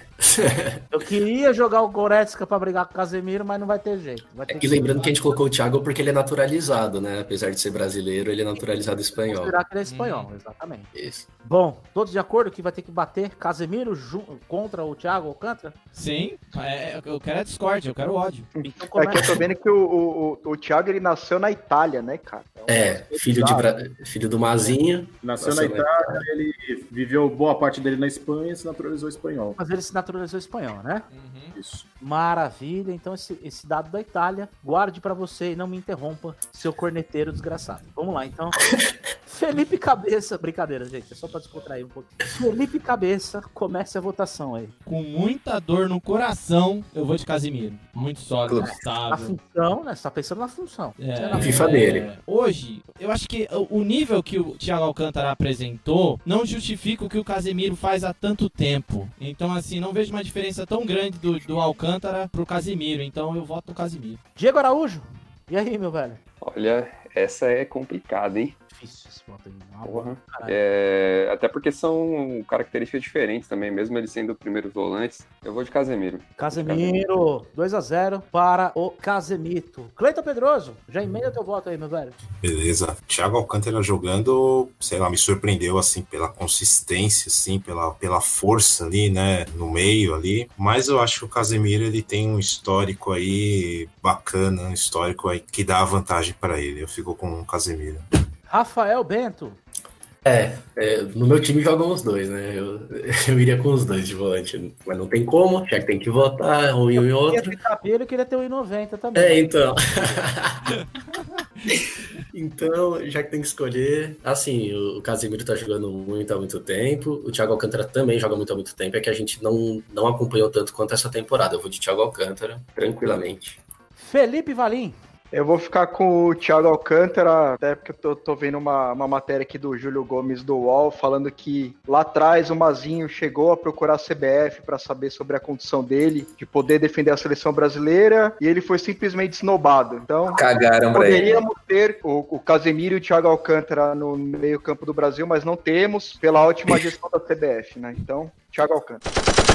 B: Eu queria jogar o Goretzka pra brigar com o Casemiro, mas não vai ter jeito. Vai ter
G: É que lembrando que a gente colocou o Thiago porque ele é naturalizado, né? Apesar de ser brasileiro, ele é naturalizado espanhol.
B: considerar que ele é espanhol, exatamente.
G: Isso.
B: Bom, todos de acordo que vai ter que bater Casemiro ju- contra o Thiago Alcântara?
F: Sim, é, eu quero a Discord, eu quero ódio.
B: Então
E: É
B: começa.
E: que eu tô vendo que o, o, o, o Thiago ele nasceu na Itália, né, cara?
G: É, filho, de Bra... filho do Mazinho.
A: Nasceu
G: Nossa,
A: na Itália, ele viveu boa parte dele na Espanha e se naturalizou espanhol.
B: Mas ele se naturalizou espanhol, né?
A: Isso.
B: Maravilha. Então esse, esse dado da Itália, guarde pra você e não me interrompa, seu corneteiro desgraçado. Vamos lá, então. Felipe Cabeça. Brincadeira, gente. É só pra descontrair um pouquinho. Felipe Cabeça, comece a votação aí.
F: Com muita dor no coração, eu vou de Casemiro. Muito sólido,
B: A
F: estável.
B: função, né? Você tá pensando na função.
F: É,
G: A FIFA dele.
F: Hoje, eu acho que o o nível que o Thiago Alcântara apresentou não justifica o que o Casemiro faz há tanto tempo. Então, assim, não vejo uma diferença tão grande do, do Alcântara pro Casemiro. Então, eu voto no Casemiro.
B: Diego Araújo. E aí, meu velho?
H: Olha, essa é complicada, hein?
B: Difícil esse voto aí.
H: Porra.
B: Caralho.
H: É, até porque são características diferentes também, mesmo ele sendo o primeiro volante. Eu vou de Casemiro.
B: Casemiro, dois a zero para o Casemito. Cleiton Pedroso, já emenda teu voto aí, meu velho.
I: Beleza. Thiago Alcântara jogando, sei lá, me surpreendeu, assim, pela consistência, assim, pela, pela força ali, né, no meio ali. Mas eu acho que o Casemiro, ele tem um histórico aí bacana, um histórico aí que dá vantagem para ele. Eu fico com o Casemiro.
B: Rafael Bento.
G: É, é, no meu time jogam os dois, né? Eu, eu iria com os dois de volante, mas não tem como, já que tem que votar um e um e
B: Eu
G: outro.
B: queria ter cabelo e queria ter um e noventa também.
G: É, então. Então, já que tem que escolher, assim, o Casemiro tá jogando muito há muito tempo, o Thiago Alcântara também joga muito há muito tempo, é que a gente não, não acompanhou tanto quanto essa temporada. Eu vou de Thiago Alcântara, tranquilamente.
B: Felipe Valim.
E: Eu vou ficar com o Thiago Alcântara, até porque eu tô, tô vendo uma, uma matéria aqui do Júlio Gomes do U O L, falando que lá atrás o Mazinho chegou a procurar a C B F para saber sobre a condição dele, de poder defender a seleção brasileira, e ele foi simplesmente esnobado. Então,
D: Cagaram pra ele.
E: poderíamos ter o, o Casemiro e o Thiago Alcântara no meio campo do Brasil, mas não temos, pela ótima gestão da C B F, né? Então, Thiago Alcântara.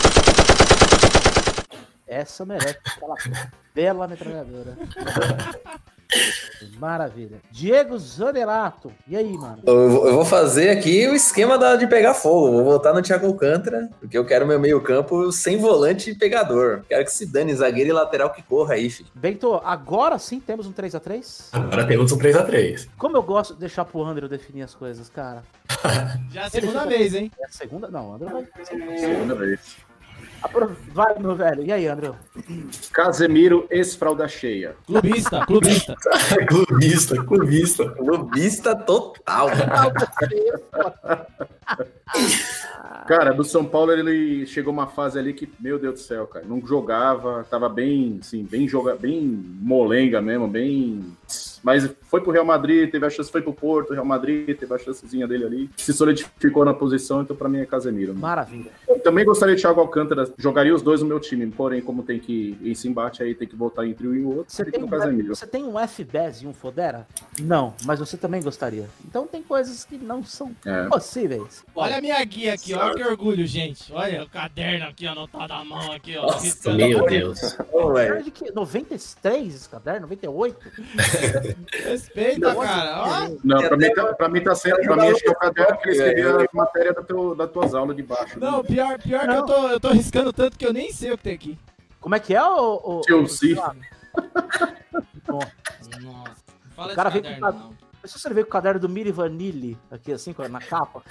B: Essa merece aquela bela metralhadora. Maravilha. Diego Zanelato. E aí, mano?
D: Eu, vou- eu vou fazer aqui o esquema da- de pegar fogo. Eu vou votar no Thiago Alcântara, porque eu quero meu meio campo sem volante e pegador. Quero que se dane, zagueiro e lateral que corra aí, filho.
B: Bento, agora sim temos um três a três?
G: Agora temos um três a três.
B: Como eu gosto de deixar pro André definir as coisas, cara.
F: Já é a segunda vez, hein?
B: É a segunda? Não, o André vai.
A: Segunda vez.
B: Apro- Vai, meu velho. E aí, André?
A: Casemiro, ex-fralda cheia.
F: Clubista, clubista.
G: Clubista, clubista.
D: Clubista total.
A: Cara, do São Paulo ele chegou uma fase ali que, meu Deus do céu, cara, não jogava, tava bem, assim, bem joga, bem molenga mesmo, bem. Mas foi pro Real Madrid, teve a chance, foi pro Porto, Real Madrid, teve a chancezinha dele ali, se solidificou na posição, então pra mim é Casemiro. Né?
B: Maravilha.
A: também gostaria de Thiago Alcântara, jogaria os dois no meu time, porém, como tem que esse embate aí, tem que votar entre um e o outro,
B: Você
A: tem
B: tem,
A: no
B: um,
A: Casemiro.
B: você tem um F B E S e um Fodera? Não, mas você também gostaria. Então tem coisas que não são
A: É.
B: possíveis.
F: Olha a minha guia aqui, ó, que orgulho, gente. Olha o caderno aqui, anotado à mão aqui, ó.
D: Nossa,
F: riscando.
G: Meu Deus.
D: Ô,
B: Caderno
D: velho.
B: de que? noventa e três esse caderno? noventa e oito?
F: Respeita, cara. Ó,
A: Não, pra mim, tá, pra mim tá sendo, pra mim acho que é o caderno que ele escrevia
D: É.
A: a matéria da teu, das tuas aulas de baixo.
F: não, pior, pior que
B: Não.
F: eu tô, eu tô riscando tanto que eu nem sei o que tem aqui.
B: Como é que é, o... o
A: Chelsea.
B: Bom,
F: Nossa, não fala
B: O cara
F: desse
B: vem com
F: caderno, não.
B: se você ver com o caderno do Miri Vanilli, aqui assim, na capa.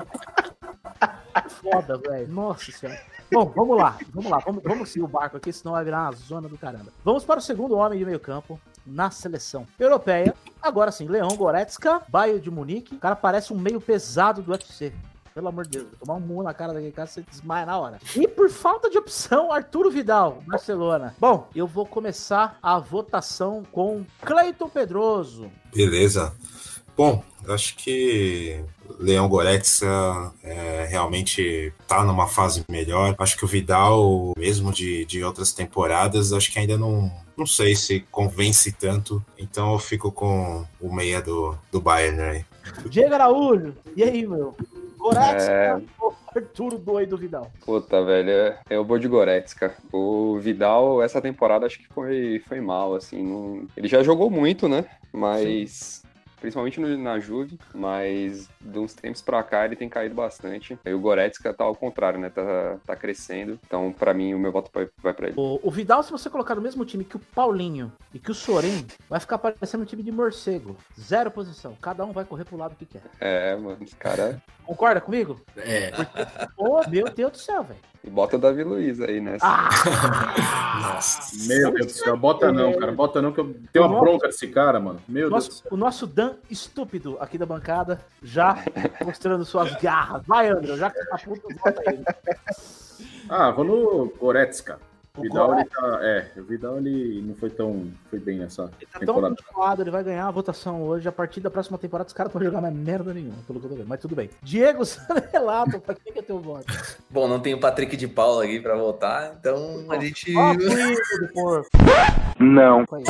B: Foda, velho. Nossa senhora. Bom, vamos lá, vamos lá, vamos, vamos seguir o barco aqui, senão vai virar uma zona do caramba. Vamos para o segundo homem de meio campo na seleção europeia. Agora sim, Leon Goretzka, Bayern de Munique. O cara parece um meio pesado do U F C. Pelo amor de Deus, vou tomar um murro na cara daquele cara, você desmaia na hora. E por falta de opção, Arturo Vidal, Barcelona. Bom, eu vou começar a votação com Cleiton Pedroso.
I: Beleza. Bom, eu acho que Leão Goretzka é, realmente tá numa fase melhor. Acho que o Vidal, mesmo de, de outras temporadas, acho que ainda não, não sei se convence tanto. Então eu fico com o meia do, do Bayern aí.
B: Diego Araújo, e aí, meu? Goretzka
H: É.
B: ou Arturo doido Vidal?
H: Puta, velho, eu vou de Goretzka. O Vidal, essa temporada, acho que foi, foi mal, assim. Não... Ele já jogou muito, né? Mas... Principalmente no, na Juve, mas de uns tempos pra cá ele tem caído bastante. E o Goretzka tá ao contrário, né? Tá, tá crescendo. Então, pra mim, o meu voto vai, vai pra ele.
B: O, o Vidal, se você colocar no mesmo time que o Paulinho e que o Soren, vai ficar parecendo um time de morcego. Zero posição. Cada um vai correr pro lado que quer.
H: É, mano, esse cara...
B: Concorda comigo?
G: É.
B: Ô, meu Deus do céu, velho.
H: E bota o Davi Luiz aí, né?
B: Ah!
G: Nossa.
A: Meu Deus do céu, bota não, cara, bota não, que eu tenho uma bronca desse cara, mano. Meu
B: O
A: Deus do
B: nosso,
A: céu.
B: o nosso Dan estúpido aqui da bancada já mostrando suas garras. Vai, André, já que você tá puto, bota ele.
A: Ah, vou no Goretzka. O
B: O
A: Vidal, ele
B: Goretzka.
A: tá, é, o Vidal, ele não foi tão, foi bem nessa
B: Ele tá tão
A: temporada.
B: continuado, ele vai ganhar a votação hoje. A partir da próxima temporada, os caras não vão jogar mais merda nenhuma, pelo que eu tô vendo. Mas tudo bem. Diego Sanelato, pra quem que é teu voto?
D: Bom, não tem o Patrick de Paula aqui pra votar, então a gente.
B: Ó, cuido do porco.
E: Não.
B: Aí.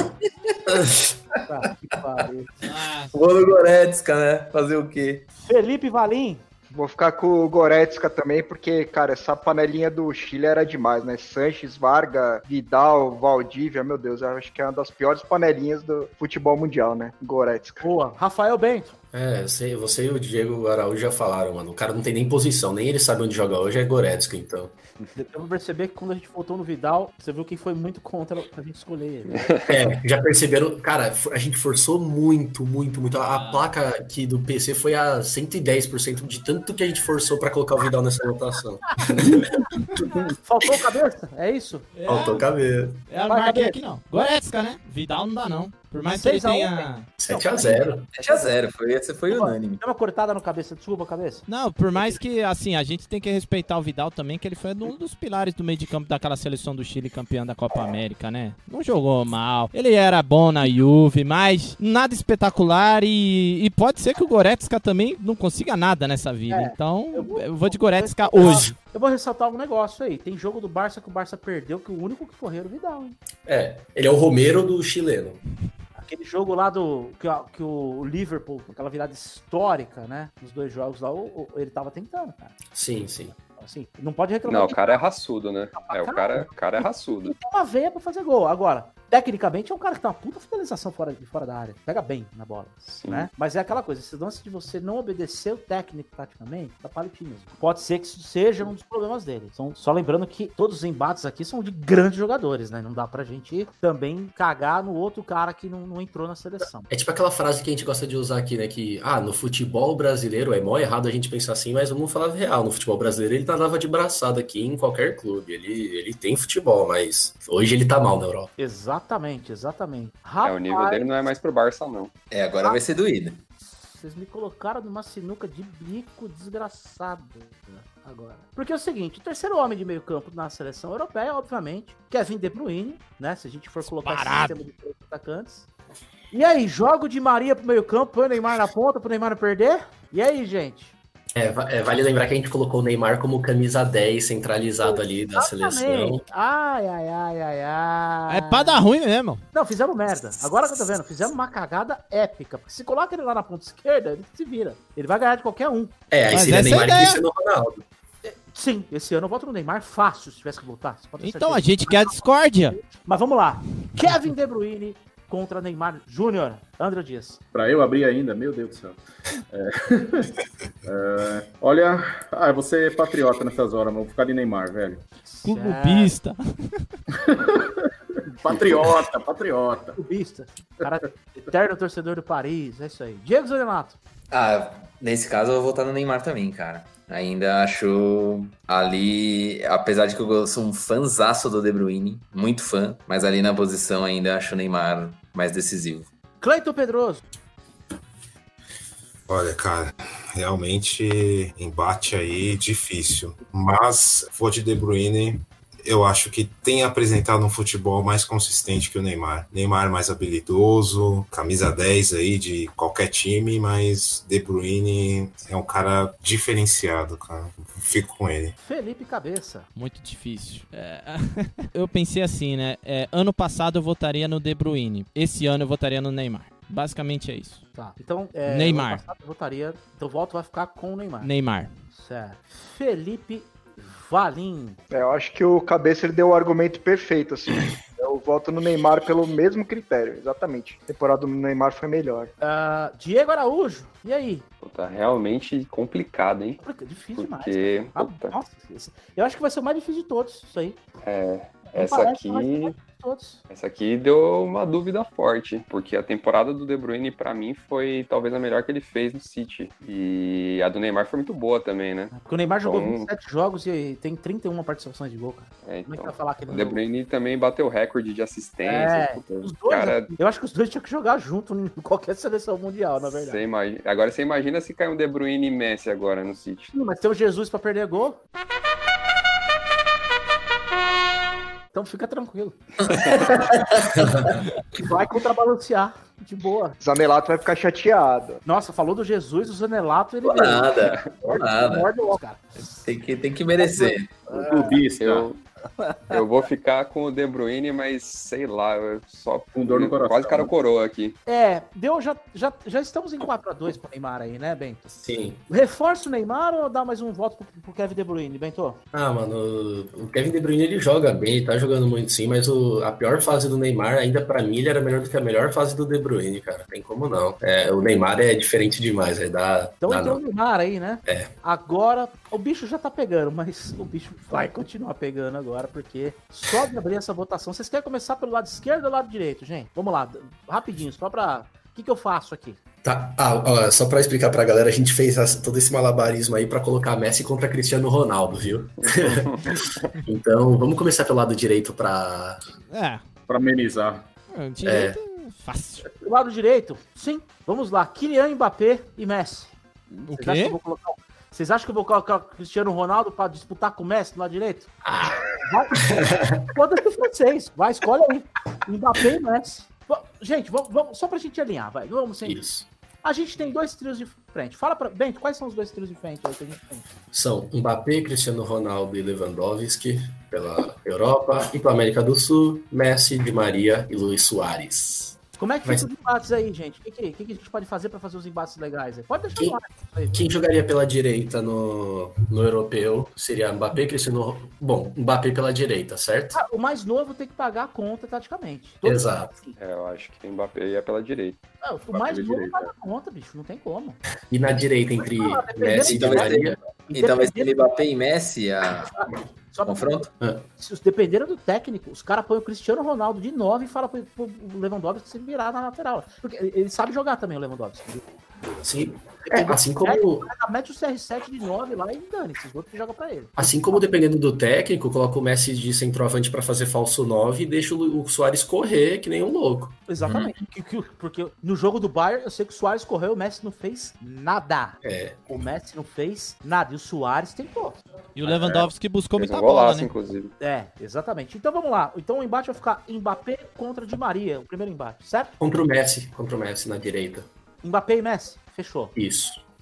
B: Tá, que pariu.
F: Ah,
D: Vou no Goretzka, né? Fazer o quê?
B: Felipe Valim.
E: Vou ficar com o Goretzka também, porque, cara, essa panelinha do Chile era demais, né? Sanches, Varga, Vidal, Valdívia, meu Deus, eu acho que é uma das piores panelinhas do futebol mundial, né? Goretzka.
B: Boa. Rafael Bento.
G: É, você, você e o Diego Araújo já falaram, mano. O cara não tem nem posição, nem ele sabe onde joga hoje, é Goretzka, então.
B: Eu vou perceber que quando a gente voltou no Vidal, você viu quem foi muito contra a gente escolher ele.
G: É, já perceberam, cara, a gente forçou muito, muito, muito. A, a placa aqui do P C foi a cento e dez por cento de tanto que a gente forçou pra colocar o Vidal nessa votação.
B: Faltou cabeça? É isso?
F: é,
G: Faltou cabeça.
F: é a
B: Vai,
F: marca
B: cabeça.
F: aqui não. Goretzka, né? Vidal não dá não. Por mais que ele
B: seis a um,
F: tenha...
G: sete a zero.
D: sete a zero, foi, esse foi unânime.
B: Deu uma cortada no cabeça, desculpa, cabeça.
F: Não, por mais que, assim, a gente tem que respeitar o Vidal também, que ele foi um dos pilares do meio de campo daquela seleção do Chile campeã da Copa América, né? Não jogou mal. Ele era bom na Juve, mas nada espetacular e, e pode ser que o Goretzka também não consiga nada nessa vida.
B: É,
F: então,
B: eu vou-
F: eu vou de Goretzka hoje.
B: Eu vou ressaltar um negócio aí. Tem jogo do Barça que o Barça perdeu, que o único que correu era o Vidal, hein?
G: É, ele é o Romero do chileno.
B: Aquele jogo lá do. Que, a- que o Liverpool, aquela virada histórica, né? Nos dois jogos lá, o- o- ele tava tentando, cara.
G: Sim, sim.
B: Assim, não pode reclamar.
H: Não, o
B: de
H: cara é raçudo, né? É, o cara, o cara é raçudo.
B: Ele tem uma veia pra fazer gol. Agora, tecnicamente, é um cara que tem uma puta finalização fora, de fora da área. Pega bem na bola,
H: Sim.
B: né? Mas é aquela coisa, esse lance de você não obedecer o técnico taticamente, tá palitinho mesmo. Pode ser que isso seja um dos problemas dele. São, só lembrando que todos os embates aqui são de grandes jogadores, né? Não dá pra gente também cagar no outro cara que não, não entrou na seleção.
G: É tipo aquela frase que a gente gosta de usar aqui, né? Que, ah, no futebol brasileiro é mó errado a gente pensar assim, mas vamos falar a real. No futebol brasileiro ele nadava de braçada aqui em qualquer clube. Ele, ele tem futebol, mas hoje ele tá mal na Europa.
B: Exatamente, exatamente.
H: É,
B: Rapaz,
H: o nível dele não é mais pro Barça, não.
D: É, agora vai ser doído.
B: vocês me colocaram numa sinuca de bico desgraçado agora. Porque é o seguinte, o terceiro homem de meio campo na seleção europeia, obviamente, Kevin De Bruyne, né? Se a gente for colocar esse
F: Disparado.
B: sistema de três atacantes. E aí, jogo de Maria pro meio campo, põe o Neymar na ponta, pro Neymar não perder? E aí, gente?
G: É, é, vale lembrar que a gente colocou o Neymar como camisa dez centralizado ali da seleção.
B: Ai, ai, ai, ai, ai.
F: É pra dar ruim mesmo.
B: Não, fizemos merda. Agora que eu tô vendo, fizemos uma cagada épica. Porque se coloca ele lá na ponta esquerda, ele se vira. Ele vai ganhar de qualquer um.
G: É, aí
F: Mas
G: seria
F: essa
G: Neymar
F: é a
G: e Cristiano Ronaldo.
B: Sim, esse ano eu voto no Neymar fácil, se tivesse que votar.
F: Então a gente quer a discórdia.
B: Mas vamos lá. Kevin De Bruyne contra Neymar Júnior. André Dias.
A: Pra eu abrir ainda, meu Deus do céu. É... é... Olha, ah, eu vou ser patriota nessas horas, mas vou ficar de Neymar, velho.
F: Clubista.
A: Patriota, patriota.
B: Clubista. Cara, eterno torcedor do Paris, é isso aí. Diego Zanelato.
D: Ah, nesse caso eu vou votar no Neymar também, cara. Ainda acho ali, apesar de que eu sou um fãzaço do De Bruyne, muito fã, mas ali na posição ainda acho o Neymar mais decisivo.
B: Cleiton Pedroso.
I: Olha, cara, realmente embate aí difícil, mas vou de De Bruyne. Eu acho que tem apresentado um futebol mais consistente que o Neymar. Neymar mais habilidoso, camisa dez aí de qualquer time, mas De Bruyne é um cara diferenciado, cara. Fico com ele.
B: Felipe Cabeça.
F: Muito difícil. É... eu pensei assim, né? É, ano passado eu votaria no De Bruyne. Esse ano eu votaria no Neymar. Basicamente é isso.
B: Tá, então... É,
F: Neymar.
B: Ano passado eu votaria... Então o voto vai ficar com o Neymar.
F: Neymar.
B: Certo. Felipe Valim.
E: É, eu acho que o Cabeça ele deu o argumento perfeito, assim. Eu voto no Neymar pelo mesmo critério, exatamente. A temporada do Neymar foi melhor.
B: Uh, Diego Araújo, e aí?
H: Pô, tá realmente complicado, hein?
B: Difícil
H: Porque,
B: demais. Ah,
H: puta.
B: nossa, esse, eu acho que vai ser o mais difícil de todos, isso aí.
H: É,
B: Não
H: essa
B: parece,
H: aqui...
B: mas é o mais difícil de todos.
H: Essa aqui deu uma dúvida forte, porque a temporada do De Bruyne, pra mim, foi talvez a melhor que ele fez no City. E a do Neymar foi muito boa também, né?
B: Porque o Neymar jogou
H: Então-
B: vinte e sete jogos e tem trinta e uma participações de gol, cara.
H: É,
B: Como é que
H: então,
B: vai falar que ele
H: o
B: não
H: De
B: jogou?
H: Bruyne também bateu o recorde de assistência.
B: É,
H: Puta,
B: os dois,
H: cara,
B: eu acho que os dois tinham que jogar junto em qualquer seleção mundial, na verdade.
H: você imagina... Agora você imagina se cai um De Bruyne e Messi agora no City.
B: Sim, mas tem o Jesus pra perder gol. Então fica tranquilo. Vai contrabalancear, de boa.
E: Zanelato vai ficar chateado.
B: Nossa, falou do Jesus, o Zanelato, ele...
D: Por nada, por nada.
B: Morde o cara.
D: Tem que, tem que merecer.
A: Clubista.
H: Eu, eu vou ficar com o De Bruyne, mas sei lá, eu só
A: Com dor no coração.
H: quase cara coroa aqui.
B: É, deu, já, já, já estamos em quatro a dois pro Neymar aí, né, Bento?
G: Sim.
B: Reforça o Neymar ou dá mais um voto pro, pro Kevin De Bruyne, Bento?
G: Ah, mano, o Kevin De Bruyne ele joga bem, ele tá jogando muito sim, mas o, a pior fase do Neymar, ainda pra mim, ele era melhor do que a melhor fase do De Bruyne, cara. Tem como não. É, o Neymar é diferente demais, aí dá,
B: Então
G: dá
B: entrou
G: não.
B: o Neymar aí, né?
G: É.
B: Agora, o bicho já tá pegando, mas o bicho vai continuar pegando agora, porque só de abrir essa votação. Vocês querem começar pelo lado esquerdo ou lado direito, gente? Vamos lá, rapidinho, só pra... O que, que eu faço aqui?
G: Tá, ah, ó, só pra explicar pra galera, a gente fez essa- todo esse malabarismo aí pra colocar Messi contra Cristiano Ronaldo, viu? Então, vamos começar pelo lado direito pra...
F: É,
A: Pra amenizar.
F: direito é fácil.
B: Do lado direito, sim. Vamos lá, Kylian Mbappé e Messi.
F: O
B: Vocês acham que
F: quê?
B: eu vou colocar o- Vocês acham que eu vou colocar o Cristiano Ronaldo pra disputar com o Messi do lado direito? Vai. Foda-se o francês. Vai, escolhe aí. Mbappé e Messi. Va- Gente, vamos, vamos- só pra gente alinhar, vai. Vamos sem...
G: Isso.
B: A gente tem dois trios de frente. Fala pra... Bento, quais são os dois trios de frente aí que a gente tem?
G: São Mbappé, Cristiano Ronaldo e Lewandowski pela Europa e pela América do Sul, Messi, Di Maria e Luis Soares.
B: Como é que
G: Mas-
B: fica os embates aí, gente? O que, que, que que a gente pode fazer pra fazer os embates legais aí? Pode deixar
G: Quem-
B: no ar isso aí.
G: Quem jogaria pela direita no, no europeu seria Mbappé, Cristiano... Bom, Mbappé pela direita, certo?
B: Ah, o mais novo tem que pagar a conta taticamente. Todo
G: Exato.
B: mundo, assim.
H: É, eu acho que o Mbappé ia pela direita.
B: Ah, o mais
A: pela
B: novo
A: direita.
B: paga a conta, bicho. Não tem como.
G: E na direita entre
B: Ah, dependendo
G: Messi e
B: de
G: Di
D: vai ser-
G: Maria...
D: Então vai ser
B: Independente-
D: Mbappé e Messi a
B: Só pra-
D: confronto?
B: Se dependendo do técnico, os caras põem o Cristiano Ronaldo de nove e falam pro, pro Lewandowski se virar na lateral. Porque ele ele sabe jogar também, o Lewandowski.
G: Sim. É, assim como...
B: Mete o C R sete de nove lá e dane-se, os outros jogam pra ele.
G: Assim como dependendo do técnico, coloca o Messi de centroavante pra fazer falso nove e deixa o Lu- o Soares correr que nem um louco.
B: Exatamente. Que- que- porque no jogo do Bayern, eu sei que o Suárez correu, o Messi não fez nada.
G: É.
B: O Messi não fez nada. E o Suárez tentou.
F: E o Lewandowski buscou
H: Fez
F: muita
H: um
F: bola,
H: golaço,
F: né?
H: inclusive.
B: É, exatamente. Então vamos lá. Então o embate vai ficar Mbappé contra Di Maria, o primeiro embate, certo?
G: Contra o Messi, contra o Messi na direita.
B: Mbappé e Messi, fechou.
G: Isso.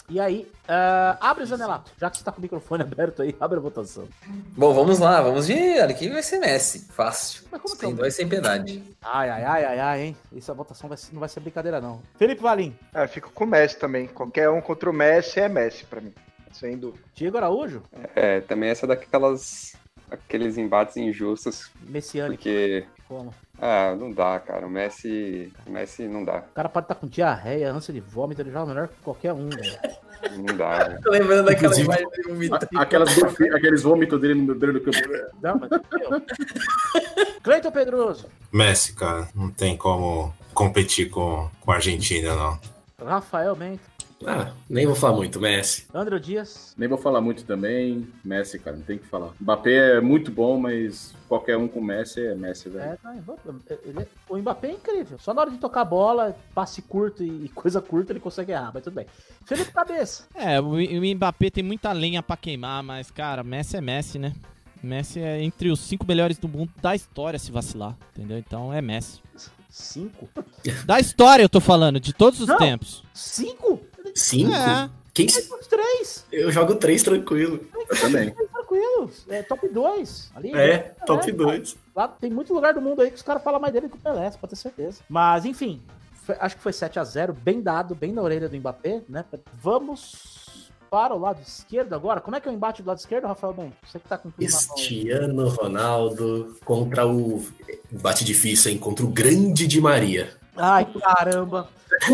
B: E aí, uh, abre o Zanelato. Já que você tá com o microfone aberto aí, abre a votação.
D: Bom, vamos lá, vamos de. Aqui vai ser Messi, fácil.
B: Mas como que
D: Tem
B: é?
D: dois sem piedade.
B: Ai, ai, ai, ai, ai, hein? Essa votação vai ser, não vai ser brincadeira, não. Felipe Valim.
E: É, fico com o Messi também. Qualquer um contra o Messi é Messi pra mim. Sem dúvida.
B: Diego Araújo.
H: É, também essa daquelas... Aqueles embates injustos.
B: Messiânico.
H: Porque...
B: Como?
H: Ah, não dá, cara. O Messi... O Messi não dá.
B: O cara pode estar com diarreia, ânsia de vômito, ele joga melhor que qualquer um, velho.
H: Não dá, velho.
D: Tô lembrando daquela
G: Inclusive-
D: imagem de vomitando.
A: Aquelas, aqueles vômitos dele no dedo do campo.
B: Não, mas... meu. Cleiton Pedroso.
I: Messi, cara, não tem como competir com, com a Argentina, não.
B: Rafael Bento.
G: Ah, nem vou falar muito, Messi.
B: André Dias.
A: Nem vou falar muito também. Messi, cara, não tem o que falar. Mbappé é muito bom, mas qualquer um com Messi é Messi, velho.
B: É, não, ele é- o Mbappé é incrível. Só na hora de tocar bola, passe curto e coisa curta, ele consegue errar, mas tudo bem. Felipe Cabeça.
F: É, o, o Mbappé tem muita lenha pra queimar, mas, cara, Messi é Messi, né? Messi é entre os cinco melhores do mundo da história, se vacilar, entendeu? Então é Messi.
B: Cinco?
F: Da história eu tô falando, de todos os
B: Não.
F: tempos.
B: Cinco?
G: Cinco?
F: É.
G: Quem...
B: Os três.
G: Eu jogo três tranquilo.
A: Eu também.
B: Tranquilo. É top dois. Ali,
G: É,
B: né?
G: top dois.
B: Lá tem muito lugar do mundo aí que os caras falam mais dele que o Pelé, você pode ter certeza. Mas, enfim, foi- acho que foi sete a zero, bem dado, bem na orelha do Mbappé, né? Vamos para o lado esquerdo agora. Como é que é o embate do lado esquerdo, Rafael Bento? Você que tá com tudo na mão aí.
G: Cristiano Ronaldo contra o... Bate difícil, hein? Contra o grande Di Maria.
B: Ai, caramba.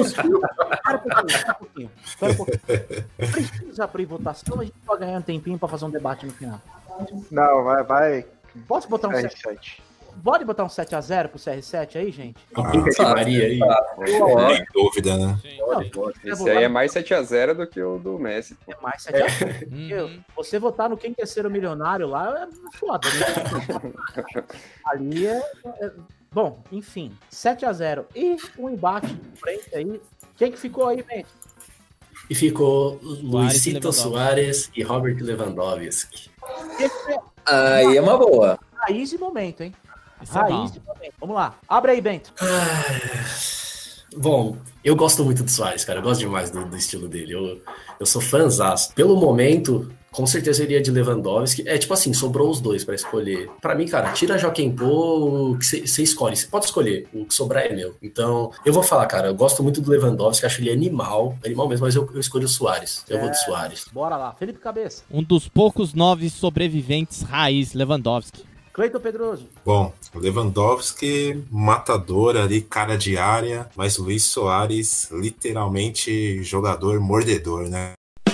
B: Para um pouquinho, para um pouquinho. Espera um pouquinho. Precisa abrir votação, a gente pode ganhar um tempinho para fazer um debate no final.
E: Não, vai, vai.
B: Posso botar um
E: R
B: sete?
E: sete.
B: Pode botar um sete a zero pro C R sete aí, gente?
G: Quem que é Di Maria aí?
I: Sem dúvida, né?
H: Esse aí é mais sete a zero do que o do Messi. Pô.
B: É mais sete a zero.
F: Uhum.
B: Você votar no Quem Quer Ser o Milionário lá é foda, né? Ali é, é- Bom, enfim, sete a zero. E um embate de frente aí. Quem que ficou aí, Bento?
G: E ficou
F: e
G: Luizito
F: Lewandowski.
G: Soares e Robert Lewandowski.
B: Esse é
D: Aí é uma boa.
B: raiz e momento, hein?
F: Isso é
B: Raiz
F: bom.
B: e momento. Vamos lá. Abre aí, Bento.
G: Bom, eu gosto muito do Soares, cara. Eu gosto demais do, do estilo dele. Eu, eu sou fãzaço. Pelo momento, com certeza eu iria de Lewandowski. É tipo assim, sobrou os dois pra escolher. Pra mim, cara, tira Joaquim Pô, o que você escolhe. Você pode escolher, o que sobrar é meu. Então, eu vou falar, cara, eu gosto muito do Lewandowski, acho ele animal, animal mesmo, mas eu, eu escolho o Soares. Eu vou de Soares.
B: Bora lá. Felipe Cabeça.
F: Um dos poucos nove sobreviventes raiz, Lewandowski.
B: Cleiton Pedroso.
I: Bom, o Lewandowski, matador ali, cara de área, mas Luiz Soares, literalmente jogador mordedor, né?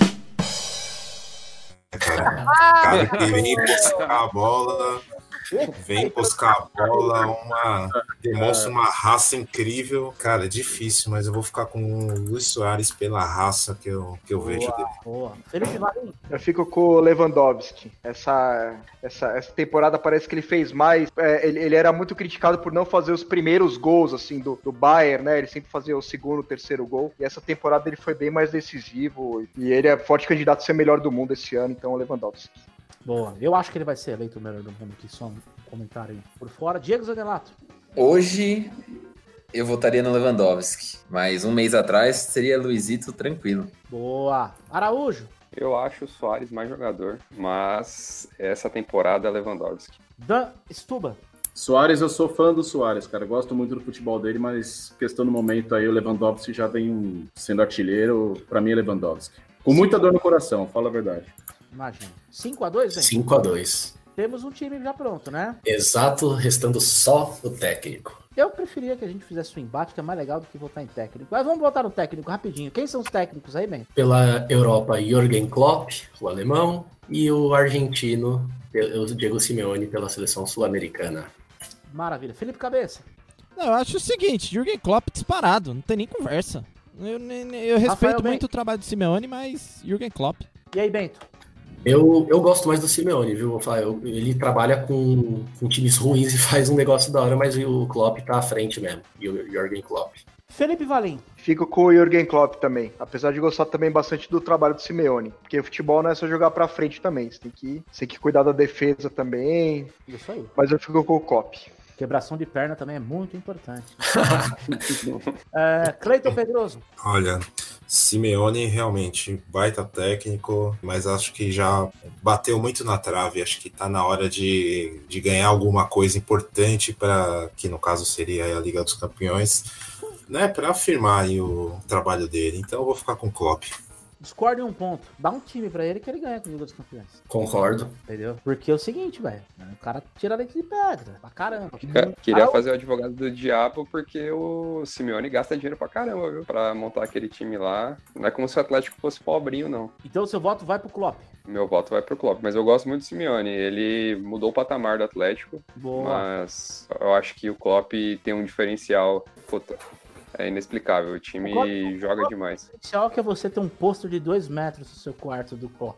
I: Cara, cara que vem buscar a bola, vem buscar a bola, uma, demonstra uma raça incrível. Cara, é difícil, mas eu vou ficar com o Luiz Soares pela raça que eu, que eu vejo dele.
B: Boa. Felipe Valim.
E: Eu fico com o Lewandowski. Essa, essa, essa temporada parece que ele fez mais. É, ele, ele era muito criticado por não fazer os primeiros gols assim do, do Bayern, né? Ele sempre fazia o segundo, o terceiro gol. E essa temporada ele foi bem mais decisivo. E ele é forte candidato a ser melhor do mundo esse ano, então o Lewandowski.
B: Boa. Eu acho que ele vai ser eleito o melhor do mundo aqui. Só um comentário aí por fora. Diego Zanelato.
D: Hoje eu votaria no Lewandowski, mas um mês atrás seria Luizito tranquilo.
B: Boa. Araújo.
H: Eu acho o Soares mais jogador, mas essa temporada é Lewandowski.
B: Dan Stuba.
A: Soares, eu sou fã do Soares, cara. Eu gosto muito do futebol dele, mas questão no momento aí, o Lewandowski já vem sendo artilheiro. Pra mim é Lewandowski. Com muita dor no coração, fala a verdade.
B: Imagina. cinco a dois, Bento?
G: cinco a dois.
B: Temos um time já pronto, né?
G: Exato, restando só o técnico.
B: Eu preferia que a gente fizesse um embate, que é mais legal do que votar em técnico. Mas vamos votar no técnico rapidinho. Quem são os técnicos aí, Bento?
G: Pela Europa, Jürgen Klopp, o alemão, e o argentino, o Diego Simeone, pela seleção sul-americana.
B: Maravilha. Felipe Cabeça.
F: Não, eu acho o seguinte, Jürgen Klopp disparado, não tem nem conversa. Eu, eu, eu respeito
B: Rafael
F: muito
B: Bento.
F: o trabalho do Simeone, mas Jürgen Klopp.
B: E aí, Bento?
G: Eu, eu gosto mais do Simeone, viu? Vou falar, eu- ele trabalha com, com times ruins e faz um negócio da hora, mas o Klopp tá à frente mesmo, e o Jürgen Klopp.
B: Felipe Valim.
E: Fico com o Jürgen Klopp também, apesar de gostar também bastante do trabalho do Simeone, porque o futebol não é só jogar pra frente também, você tem que, você tem que cuidar da defesa também,
B: Isso aí.
E: mas eu fico com o Klopp.
B: Quebração de perna também é muito importante. é, Cleiton Pedroso.
I: Olha, Simeone realmente baita técnico, mas acho que já bateu muito na trave. Acho que tá na hora de, de ganhar alguma coisa importante para, que no caso seria a Liga dos Campeões, né, para afirmar aí o trabalho dele. Então eu vou ficar com o Klopp.
B: Discorda em um ponto. Dá um time pra ele que ele ganha com a Liga dos Campeões.
G: Concordo.
B: Entendeu? Porque é o seguinte, velho. O cara tira leite de pedra. Pra caramba.
H: Queria fazer o advogado do diabo porque o Simeone gasta dinheiro pra caramba, viu? Pra montar aquele time lá. Não é como se o Atlético fosse pobrinho, não.
B: Então o seu voto vai pro Klopp.
H: Meu voto vai pro Klopp, mas eu gosto muito do Simeone. Ele mudou o patamar do Atlético.
B: Boa.
H: Mas eu acho que o Klopp tem um diferencial. Puta, é inexplicável. O time o Klopp, joga o demais.
B: O diferencial é que é você ter um pôster de dois metros no seu quarto do Klopp.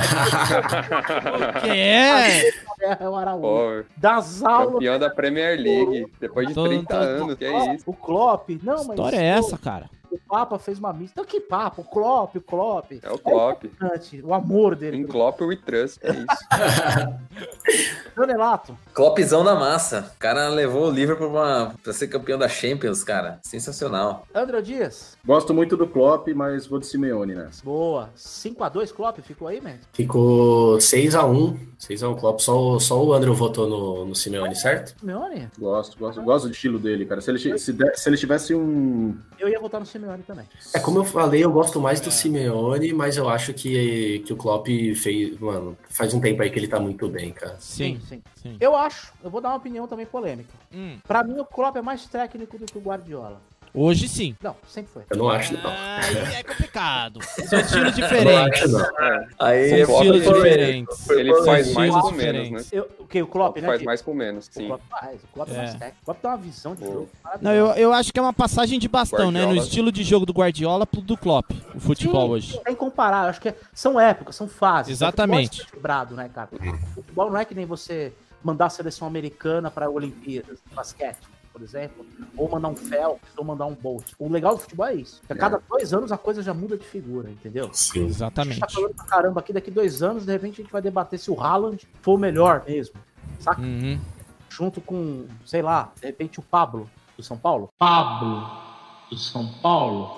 F: O que é?
B: É o Araújo. Das aulas.
H: Campeão da Premier League, depois de trinta anos, que é isso?
B: O Klopp, não, mas...
F: Que história é essa, cara?
B: O Papa fez uma missa. Então que papo? O Klopp, o Klopp.
H: É o Klopp.
B: É o amor dele.
H: Em Klopp we trust, é isso.
B: Donelato.
D: Kloppzão na massa. O cara levou o Liverpool pra, pra ser campeão da Champions, cara. Sensacional.
B: André Dias.
A: Gosto muito do Klopp, mas vou de Simeone nessa.
B: Boa. cinco a dois Klopp, ficou aí, mesmo?
G: Ficou seis a um. seis a um Klopp. Só, só o André votou no, no Simeone, certo?
B: Simeone?
A: Gosto, gosto. Gosto do estilo dele, cara. Se ele, se, der, se ele tivesse um...
B: Eu ia votar no Simeone também.
G: É, como eu falei, eu gosto mais do Simeone, mas eu acho que, que o Klopp fez... Mano, faz um tempo aí que ele tá muito bem, cara.
B: Sim, sim. sim. Eu acho, eu vou dar uma opinião também polêmica. Hum. Pra mim, o Klopp é mais técnico do que o Guardiola.
F: Hoje sim.
B: Não, sempre foi.
G: Eu não acho, não.
F: Aí é complicado. São estilos diferentes.
G: Não acho, não.
H: É.
D: Aí,
F: São estilos diferentes.
H: Ele faz
F: São
H: mais
F: estilos
H: com menos, né?
B: Eu, o que? O Klopp, né?
H: Faz
B: Tipo?
H: mais com menos, sim.
B: O Klopp faz. O Klopp é, é mais técnico. O Klopp tem uma visão de
H: Pô.
B: jogo.
F: Não, eu, eu acho que é uma passagem de bastão,
H: Guardiola.
F: né? No estilo de jogo do Guardiola pro do Klopp, o futebol
B: Sim,
F: hoje.
B: Tem que comparar, eu acho que é- são épocas, são fases.
F: Exatamente.
B: O futebol é quebrado, né, cara? O futebol não é que nem você mandar a seleção americana para Olimpíadas, basquete, por exemplo, ou mandar um Phelps, ou mandar um Bolt. O legal do futebol é isso. Que a cada dois anos a coisa já muda de figura, entendeu?
I: Sim.
B: A gente
F: Exatamente.
B: tá falando pra caramba aqui, daqui dois anos, de repente a gente vai debater se o Haaland foi o melhor mesmo, saca?
F: Uhum.
B: Junto com, sei lá, de repente o Pablo, do São Paulo.
J: Pablo do São Paulo.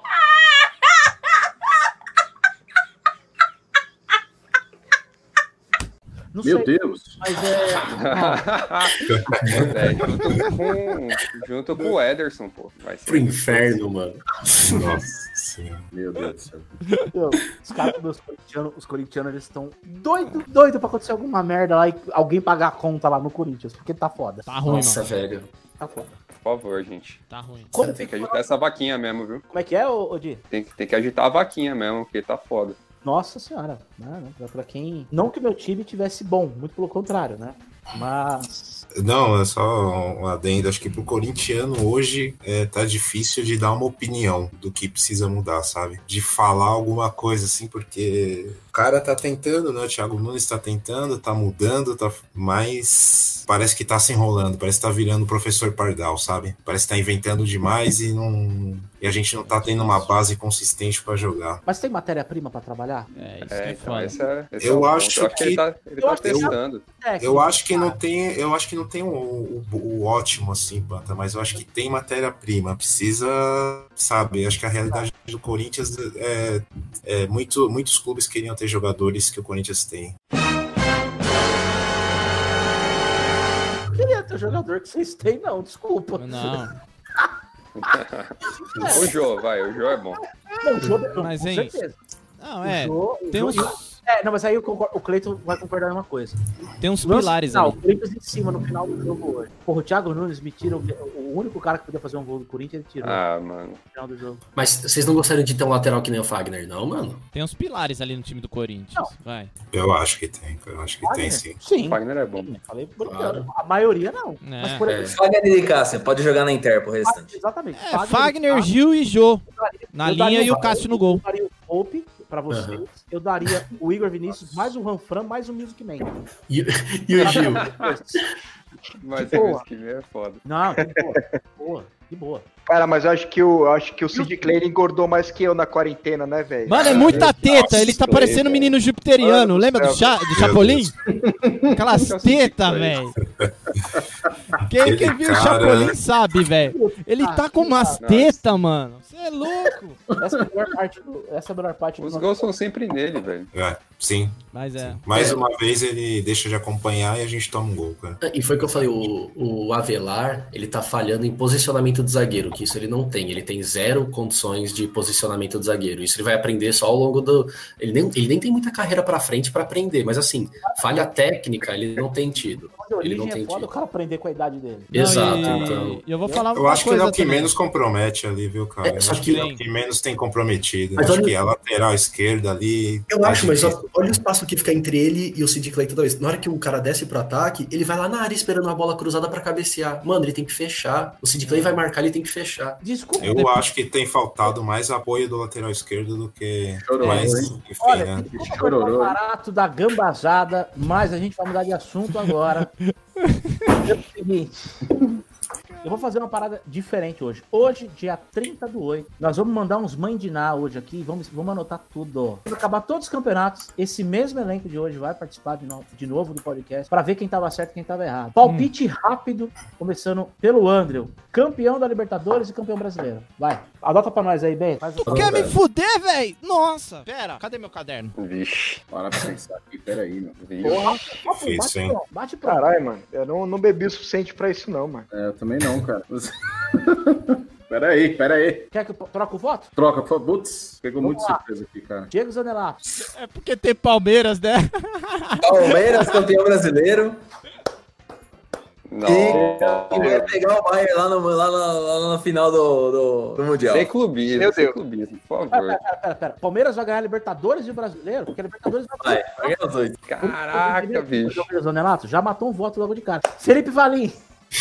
B: Não
A: Meu
B: sei,
A: Deus!
B: mas é...
H: É, junto, com, junto com o Ederson, pô. Vai ser
G: Pro inferno, mano.
I: Nossa senhora.
A: Meu Deus do céu.
B: Meu, os caras, os corintianos, os corintianos, eles estão doido, doido pra acontecer alguma merda lá e alguém pagar a conta lá no Corinthians, porque tá foda.
F: Tá ruim,
G: Nossa,
F: mano.
G: velho.
B: Tá foda.
H: Por favor, gente.
F: Tá ruim.
B: Como,
H: Tem que agitar essa vaquinha mesmo, viu?
B: como é que é, ô, ô Di?
H: Tem, que- tem que agitar a vaquinha mesmo, porque tá foda.
B: Nossa senhora, não, não, pra, pra quem... Não que meu time tivesse bom, muito pelo contrário, né? Mas...
I: Não, é só um adendo. Acho que pro corintiano hoje é, tá difícil de dar uma opinião do que precisa mudar, sabe? De falar alguma coisa assim, porque o cara tá tentando, né? O Thiago Nunes tá tentando, tá mudando, tá... mas parece que tá se enrolando, parece que tá virando o professor Pardal, sabe? Parece que tá inventando demais e não... E a gente não tá tendo uma base consistente pra jogar.
B: Mas tem matéria-prima pra trabalhar?
F: É, isso que
H: É,
F: é
H: então,
F: foda.
H: esse é, esse
I: Eu
H: é o
I: acho
H: ponto. Eu acho que ele
I: que-
H: tá, ele
B: Eu
H: tá
B: acho que-
H: testando.
B: É,
I: Eu acho que não tem, eu acho que não tem o, o, o ótimo assim, Panta, mas eu acho que tem matéria-prima. Precisa, sabe? Acho que a realidade do Corinthians é, é muito, muitos clubes queriam ter jogadores que o Corinthians tem.
B: Não queria ter jogador que vocês têm, não, desculpa.
F: Não.
H: O Jô, vai, o Jô é bom.
B: Não, o jogo,
F: Mas,
B: com
F: hein,
B: certeza.
F: Não, é.
B: O Jô- o
F: Tem
B: Jô-
F: uns,
B: É, não, mas aí eu concordo, o Cleiton vai concordar em uma coisa.
F: tem uns
B: Lance
F: pilares
B: final,
F: ali.
B: o Corinthians em cima no final do jogo hoje. Porra, o Thiago Nunes me tira o, o único cara que podia fazer um gol do Corinthians, ele tirou
H: Ah, mano.
B: no final do jogo.
G: Mas vocês não gostariam de ter um lateral que nem o Fagner, não, mano?
F: Tem uns pilares ali no time do Corinthians.
B: Não.
F: Vai.
I: Eu acho que tem, eu acho que tem
B: Fagner?
I: sim.
B: Sim.
H: O Fagner é bom.
B: Falei brincando.
G: Claro.
B: A maioria não.
F: É.
B: Mas por exemplo,
D: Fagner e Cássio, pode jogar na Inter pro restante.
B: exatamente.
F: É, Fagner, Gil e Jô. Na
B: eu
F: linha
B: daria
F: e o
B: o-
F: Cássio no gol.
B: Eu daria o Pope pra vocês.
G: Uhum.
B: Eu daria o Igor Vinícius, mais o Ranfran, mais o Music Man.
G: E, e o Gil?
H: Mas
B: De
H: é
B: boa.
H: mesmo que é foda.
B: Não, de boa. De boa. De boa.
E: Cara, mas eu acho que o, eu acho que o Sid Clay engordou mais que eu na quarentena, né, velho?
F: Mano, é muita teta. Ele tá parecendo um menino jupiteriano.
E: Mano,
F: Lembra do, cha, do Chapolin? Aquelas tetas, velho. Quem, quem viu o
I: cara-
F: Chapolin sabe, velho. Ele tá com umas
H: Nossa.
F: tetas, mano. Você É louco.
B: Essa é a melhor parte do, essa é a melhor parte do
H: Os
B: nosso-
H: gols são sempre nele, velho.
I: É, sim.
F: Mas é.
I: Mais
G: É.
I: uma vez ele deixa de acompanhar e a gente toma um gol, cara.
G: E foi o que eu falei, o, o Avelar, ele tá falhando em posicionamento do zagueiro, que isso ele não tem. Ele tem zero condições de posicionamento do zagueiro. Isso ele vai aprender só ao longo do... Ele nem, ele nem tem muita carreira pra frente pra aprender, mas assim, falha técnica ele não tem tido.
B: De origem
G: Ele não tem
B: é foda
G: tido.
B: o cara aprender com a idade dele.
G: Exato,
F: Não, e-
G: então...
F: E eu vou falar
I: Eu
F: uma
I: acho que ele é
F: coisa
I: o que
F: também.
I: menos compromete ali, viu, cara?
G: É,
I: Eu
G: só
I: acho
G: que-
I: que ele é o que menos tem comprometido.
G: Mas
I: acho
G: olha-
I: que a lateral esquerda ali.
G: Eu
I: tá
G: acho, mas
I: difícil.
G: ó, olha o espaço que fica entre ele e o Sid Clay toda vez. Na hora que o cara desce pro ataque, ele vai lá na área esperando a bola cruzada pra cabecear. Mano, ele tem que fechar. O Sid Clay vai marcar, ele tem que fechar.
B: Desculpa.
I: Eu acho que tem faltado mais apoio do lateral esquerdo do que.
A: Chororô,
I: mais,
A: hein?
I: enfim,
B: Olha,
I: né?
B: desculpa
A: Chororô,
B: cortar o
A: hein?
B: barato da gambazada, mas a gente vai mudar de assunto agora. É o seguinte. Eu vou fazer uma parada diferente hoje. Hoje, dia trinta do oito, nós vamos mandar uns mãe de Ná hoje aqui. Vamos, vamos anotar tudo. Quando acabar todos os campeonatos, esse mesmo elenco de hoje vai participar de novo, de novo do podcast para ver quem tava certo e quem tava errado. Palpite rápido, começando pelo Andrew. Campeão da Libertadores e campeão brasileiro. Vai. Adota pra nós aí, Ben. Faz o...
F: Quer me fuder, velho? Nossa. Pera, cadê meu caderno?
H: Vixe,
A: Para pra pensar aqui, peraí, meu.
H: vixe.
B: Porra,
I: Difícil,
B: bate
I: hein?
B: pronto, bate pronto.
E: Caralho, mano, eu não, não bebi o suficiente pra isso não, mano.
A: É, eu também não, cara. Peraí, peraí.
B: Quer que eu troque o voto?
A: Troca, por favor. Putz, pegou
B: Vamos
A: muito
B: lá.
A: surpresa aqui, cara.
B: Diego Zanelato.
F: É porque tem Palmeiras, né?
D: Palmeiras, campeão brasileiro.
H: Não.
D: E vai pegar o Bayern lá, no, lá, na, lá na final do, do, do Mundial.
H: Sem clubismo,
E: Meu
H: sem
E: Deus.
H: clubismo, por
B: Pera,
H: favor.
B: pera, pera, pera. Palmeiras vai ganhar Libertadores e o Brasileiro? Porque a Libertadores vai
D: Vai, vai ganhar os dois.
H: Caraca, bicho.
B: Zanelato, já matou um voto logo de cara. Felipe Valim.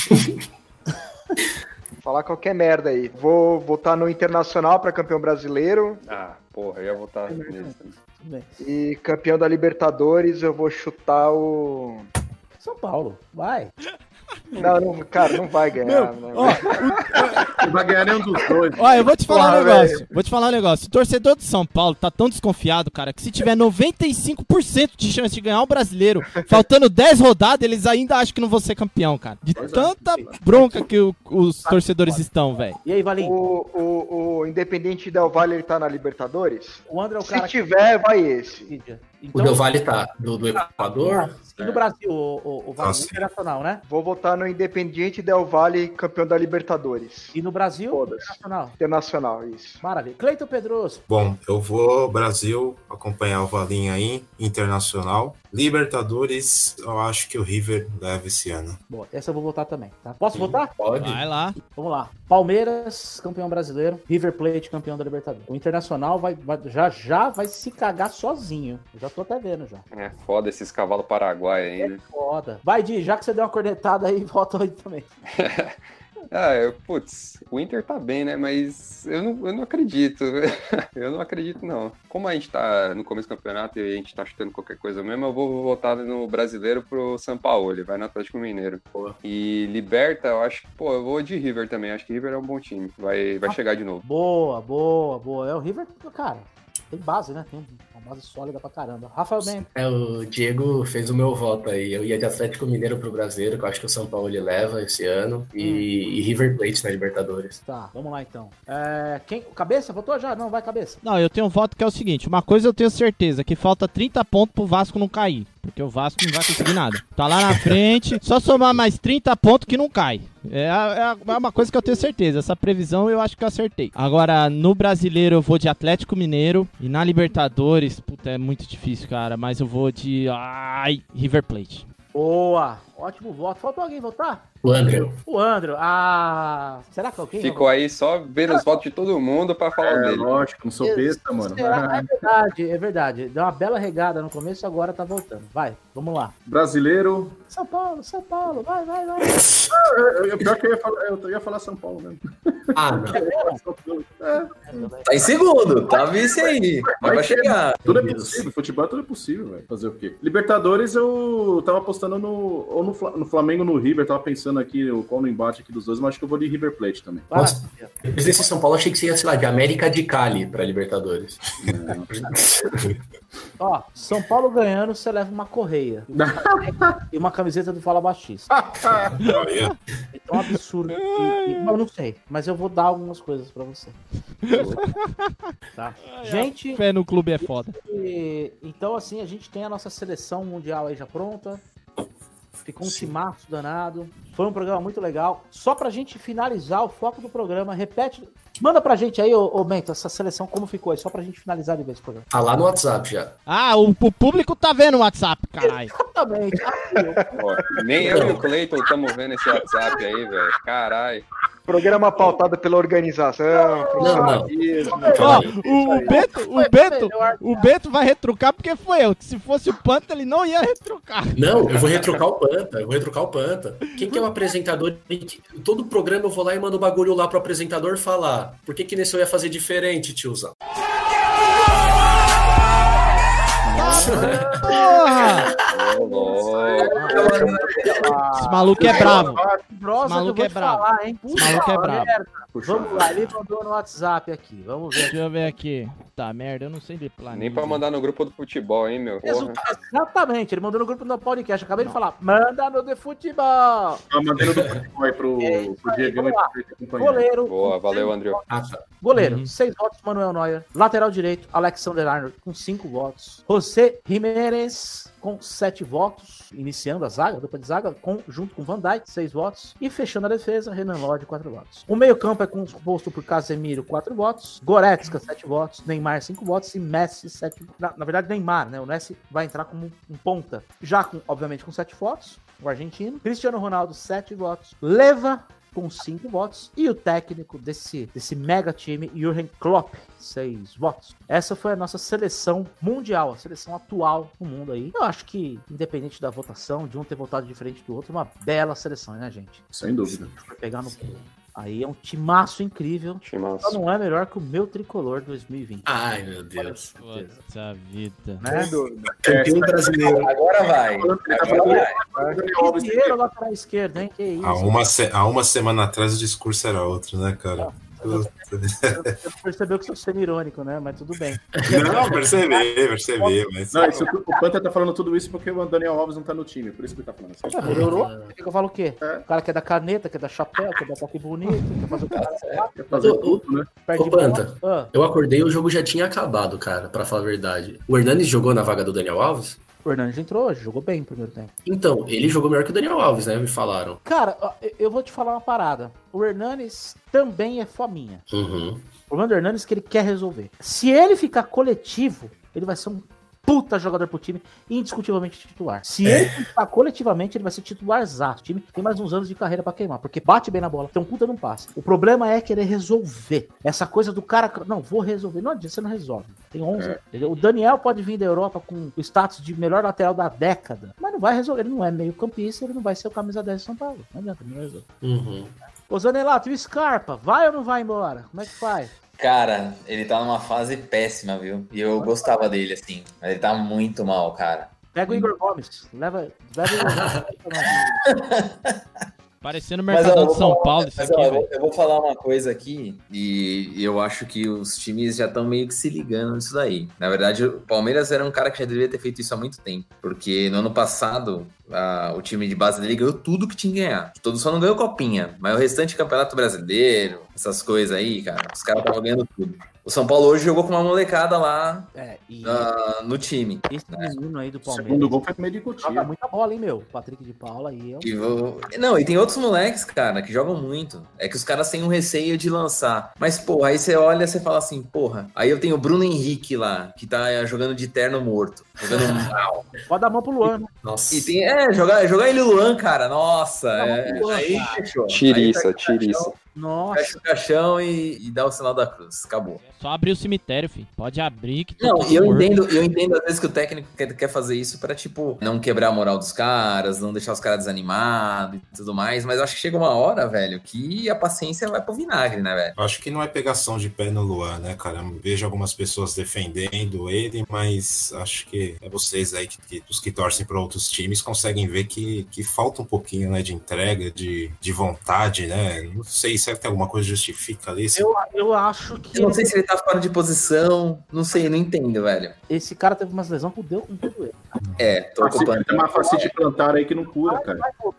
E: Falar qualquer merda aí. Vou votar no Internacional pra campeão brasileiro.
H: Ah, porra, eu ia votar neles também.
B: Tudo bem.
E: E campeão da Libertadores, eu vou chutar o.
B: São Paulo, vai.
E: Não, não, cara, não vai ganhar.
F: Meu,
E: né?
F: ó,
A: Não vai ganhar nenhum dos dois.
F: Ó, eu vou te falar
E: Porra,
F: um negócio. Vou te falar um negócio. O torcedor de São Paulo tá tão desconfiado, cara, que se tiver noventa e cinco por cento de chance de ganhar o brasileiro, faltando dez rodadas, eles ainda acham que não vão ser campeão, cara. De
A: Pois é.
F: tanta bronca que o- os torcedores estão, velho.
B: E aí, Valim?
E: O, o, o Independente Del Valle, ele tá na Libertadores?
B: O André é o
E: Se
B: cara
E: tiver, vai esse.
B: que...
G: O
B: Então,
G: Del Valle tá do, do Equador.
B: e no Brasil, o, o, o Valim
I: Ah, sim.
B: Internacional, né?
E: Vou votar no Independente Del Valle, campeão da Libertadores.
B: E no Brasil,
E: Foda-se.
B: Internacional.
E: Internacional, isso.
B: Maravilha. Cleiton Pedroso.
I: Bom, eu vou Brasil acompanhar o Valinho aí, Internacional. Libertadores, eu acho que o River leva esse ano.
B: Bom, essa eu vou votar também, tá? Posso votar?
G: Pode.
F: Vai lá.
B: Vamos lá. Palmeiras, campeão brasileiro. River Plate, campeão da Libertadores. O Internacional vai, vai- já, já vai se cagar sozinho. Eu já tô até vendo já.
H: É foda esses cavalos paraguaios
B: É
H: ainda.
B: foda. Vai, Di, já que você deu uma cornetada aí, volta aí também.
H: Ah, eu, putz, o Inter tá bem, né? Mas eu não, eu não acredito. Eu não acredito, não. Como a gente tá no começo do campeonato e a gente tá chutando qualquer coisa mesmo, eu vou votar no brasileiro pro São Paulo. Ele vai no Atlético Mineiro. E Liberta, eu acho que, pô, eu vou de River também. Acho que River é um bom time. Vai, vai chegar de novo.
B: Boa, boa, boa. É o River, cara, tem base, né? Tem uma base sólida pra caramba. Rafael Ben.
G: É, o Diego fez o meu voto aí. Eu ia de Atlético Mineiro pro Brasileiro, que eu acho que o São Paulo ele leva esse ano. E, e River Plate na Libertadores.
B: Tá, vamos lá então. É, quem, o Cabeça votou já? Não, vai Cabeça.
F: Não, eu tenho um voto que é o seguinte. Uma coisa eu tenho certeza, que falta trinta pontos pro Vasco não cair. Porque o Vasco não vai conseguir nada. Tá lá na frente, só somar mais trinta pontos que não cai. É, a- é uma coisa que eu tenho certeza. Essa previsão eu acho que eu acertei. Agora, no Brasileiro eu vou de Atlético Mineiro. E na Libertadores, puta, é muito difícil, cara. Mas eu vou de... Ai, River Plate.
B: Boa, ótimo voto. Faltou alguém votar?
G: O André.
B: O Andrew. Ah, será que alguém...
H: Ficou aí só vendo os votos de todo mundo pra falar o
A: É,
H: dele.
A: lógico, não sou besta, mano.
B: Será? É
A: Ah,
B: verdade, é verdade. Deu uma bela regada no começo, agora tá voltando. Vai, vamos lá.
A: Brasileiro.
B: São Paulo, São Paulo, vai, vai, vai.
A: Eu, eu, pior que eu ia falar, eu ia falar São Paulo mesmo.
G: Ah, não.
D: Tá em segundo, tá vice aí. Mas vai chegar.
A: Tudo é possível, futebol tudo é possível, velho. Fazer o quê? Libertadores eu tava apostando no, ou no, Fla- no Flamengo no River, tava pensando aqui o qual no embate aqui dos dois, mas acho que eu vou de River Plate também.
B: Vai.
G: Nossa, depois desse São Paulo, eu achei que você ia, sei lá, de América de Cali pra Libertadores.
B: Ó, São Paulo ganhando, você leva uma correia. E uma camiseta do Fala Baixista. É tão absurdo. que- que- eu não sei, mas eu vou dar algumas coisas pra você. Tá. Gente,
F: fé no clube é foda.
B: E, então, assim, a gente tem a nossa seleção mundial aí já pronta. Ficou um timaço danado. Foi um programa muito legal. Só pra gente finalizar o foco do programa, repete. Manda pra gente aí, ô, ô Bento, essa seleção como ficou aí, só pra gente finalizar de vez o programa.
G: Tá lá no WhatsApp já.
F: Ah, o, o público tá vendo o WhatsApp, caralho.
B: Exatamente.
H: Pô, nem eu e o Cleiton estamos vendo esse WhatsApp aí, velho. Caralho.
E: Programa pautado pela organização, profissionalismo.
F: Ó, o, o Bento, o Bento, o Bento vai retrucar porque foi eu. Que se fosse o Panta, ele não ia retrucar.
G: Não, eu vou retrucar o Panta, eu vou retrucar o Panta. Quem que é o apresentador? Todo programa eu vou lá e mando o bagulho lá pro apresentador falar. Por que que nesse eu ia fazer diferente, tiozão?
F: Porra! Esse maluco é bravo.
B: Esse
F: maluco é bravo.
B: Falar, hein?
F: Esse maluco é bravo.
B: Vamos lá, ele mandou no WhatsApp aqui. Vamos ver.
F: Deixa eu ver aqui. Tá, merda, eu não sei de planeta.
H: Nem pra mandar no grupo do futebol, hein, meu? Porra.
B: Exatamente, ele mandou no grupo do podcast. Acabei de falar, manda no de futebol.
A: Ah, mandei no do futebol aí pro,
B: é,
A: pro Diego e pro
B: Goleiro.
H: Boa, valeu, André.
B: Goleiro,
F: Uhum.
B: seis votos, Manuel Neuer. Lateral direito, Alexander Arnold, com cinco votos. José Jiménez, com sete votos. Iniciando a zaga, a dupla de zaga, com, junto com Van Dijk, seis votos. E fechando a defesa, Renan Lodge, quatro votos. O meio-campo é composto por Casemiro, quatro votos. Goretzka, sete votos. Neymar, cinco votos. E Messi, sete. Na, na verdade, Neymar, né? O Messi vai entrar como um ponta. Já, com, obviamente, com sete votos. O argentino. Cristiano Ronaldo, sete votos. Leva, com cinco votos, e o técnico desse, desse mega time, Jürgen Klopp, seis votos. Essa foi a nossa seleção mundial, a seleção atual no mundo aí. Eu acho que, independente da votação, de um ter votado diferente do outro, uma bela seleção, né, gente?
A: Sem dúvida.
B: Vai pegar no... Aí é um timaço incrível.
H: Timaço.
B: Só não é melhor que o meu tricolor dois mil e vinte.
G: Ai, meu Deus.
F: Puta vida.
B: Né?
G: Campeão brasileiro.
D: Agora vai. Agora vai.
B: Que dinheiro lá pra esquerda, hein? Que isso.
I: Há uma, se... Há uma semana atrás o discurso era outro, né, cara?
B: Você percebeu que sou semi-irônico, né? Mas tudo bem.
I: Não, percebi, percebi. Mas...
A: Não, isso, o Panta tá falando tudo isso porque o Daniel Alves não tá no time, por isso que ele tá falando assim.
B: Ah, melhorou? Quer que eu falo o quê? É. O cara quer dar caneta, quer dar chapéu, quer dar toque bonito, quer fazer o cara.
A: Quer fazer tudo, né?
G: Ô, Panta, ah. eu acordei e o jogo já tinha acabado, cara, pra falar a verdade. O Hernanes jogou na vaga do Daniel Alves?
B: O Hernanes entrou hoje, jogou bem no primeiro tempo.
G: Então, ele jogou melhor que o Daniel Alves, né? Me falaram.
B: Cara, eu vou te falar uma parada. O Hernanes também é fominha.
G: Uhum.
B: O problema do Hernanes é que ele quer resolver. Se ele ficar coletivo, ele vai ser um puta jogador pro time, indiscutivelmente titular. Se é. ele ficar coletivamente, ele vai ser titularzaço. O time tem mais uns anos de carreira pra queimar, porque bate bem na bola, tem um puta não passe. O problema é querer resolver. Essa coisa do cara, não, vou resolver. Não adianta, você não resolve. Tem onze. É. O Daniel pode vir da Europa com o status de melhor lateral da década, mas não vai resolver. Ele não é meio campista, ele não vai ser o camisa dez de São Paulo. Não adianta, não resolve.
G: Uhum.
B: Ô Zanelato, e o Scarpa? Vai ou não vai embora? Como é que faz?
D: Cara, ele tá numa fase péssima, viu? E eu gostava dele, assim. Mas ele tá muito mal, cara.
B: Pega o Igor Gomes. Leva, leva o Igor Gomes.
F: Parecendo o Mercadão de São Paulo, isso aqui,
D: velho. Eu vou falar uma coisa aqui, e eu acho que os times já estão meio que se ligando nisso daí. Na verdade, o Palmeiras era um cara que já deveria ter feito isso há muito tempo. Porque no ano passado, a, o time de base dele ganhou tudo que tinha que ganhar. Todo só não ganhou copinha, mas o restante campeonato brasileiro, essas coisas aí, cara, os caras estavam ganhando tudo. O São Paulo hoje jogou com uma molecada lá
B: é, e...
D: uh, no time.
B: Esse né? menino aí do Palmeiras.
A: O segundo gol foi meio de cotia.
B: Joga muita bola, hein, meu? Patrick de Paula aí. Eu...
D: E vou... Não, e tem outros moleques, cara, que jogam muito. É que os caras têm um receio de lançar. Mas, porra, aí você olha e você fala assim, porra. Aí eu tenho o Bruno Henrique lá, que tá jogando de terno morto. Jogando mal.
B: Pode dar mão pro Luan, né?
D: Nossa. E tem, é, jogar, jogar ele Luan, cara. Nossa. É,
B: Luan,
D: aí
B: cara.
D: fechou.
H: Tiriça,
D: aí tá
H: tiriça.
B: Nossa.
D: Fecha o caixão e, e dá o sinal da cruz. Acabou.
F: Só abrir o cemitério, filho. Pode abrir que
D: Não, e eu entendo, eu entendo às vezes que o técnico quer, quer fazer isso pra, tipo, não quebrar a moral dos caras, não deixar os caras desanimados e tudo mais, mas eu acho que chega uma hora, velho, que a paciência vai pro vinagre, né, velho?
I: Eu acho que não é pegação de pé no Luan, né, cara? Eu vejo algumas pessoas defendendo ele, mas acho que é vocês aí, que, que, os que torcem pra outros times, conseguem ver que, que falta um pouquinho, né, de entrega, de, de vontade, né? Não sei, será que tem alguma coisa que justifica ali?
B: Eu, eu acho que...
D: Eu não sei se ele tá fora de posição, não sei, não entendo, velho.
B: Esse cara teve umas lesões, fudeu com tudo ele.
D: É, tô ocupando.
A: Tem uma facite plantar aí que não cura, cara.
B: Vai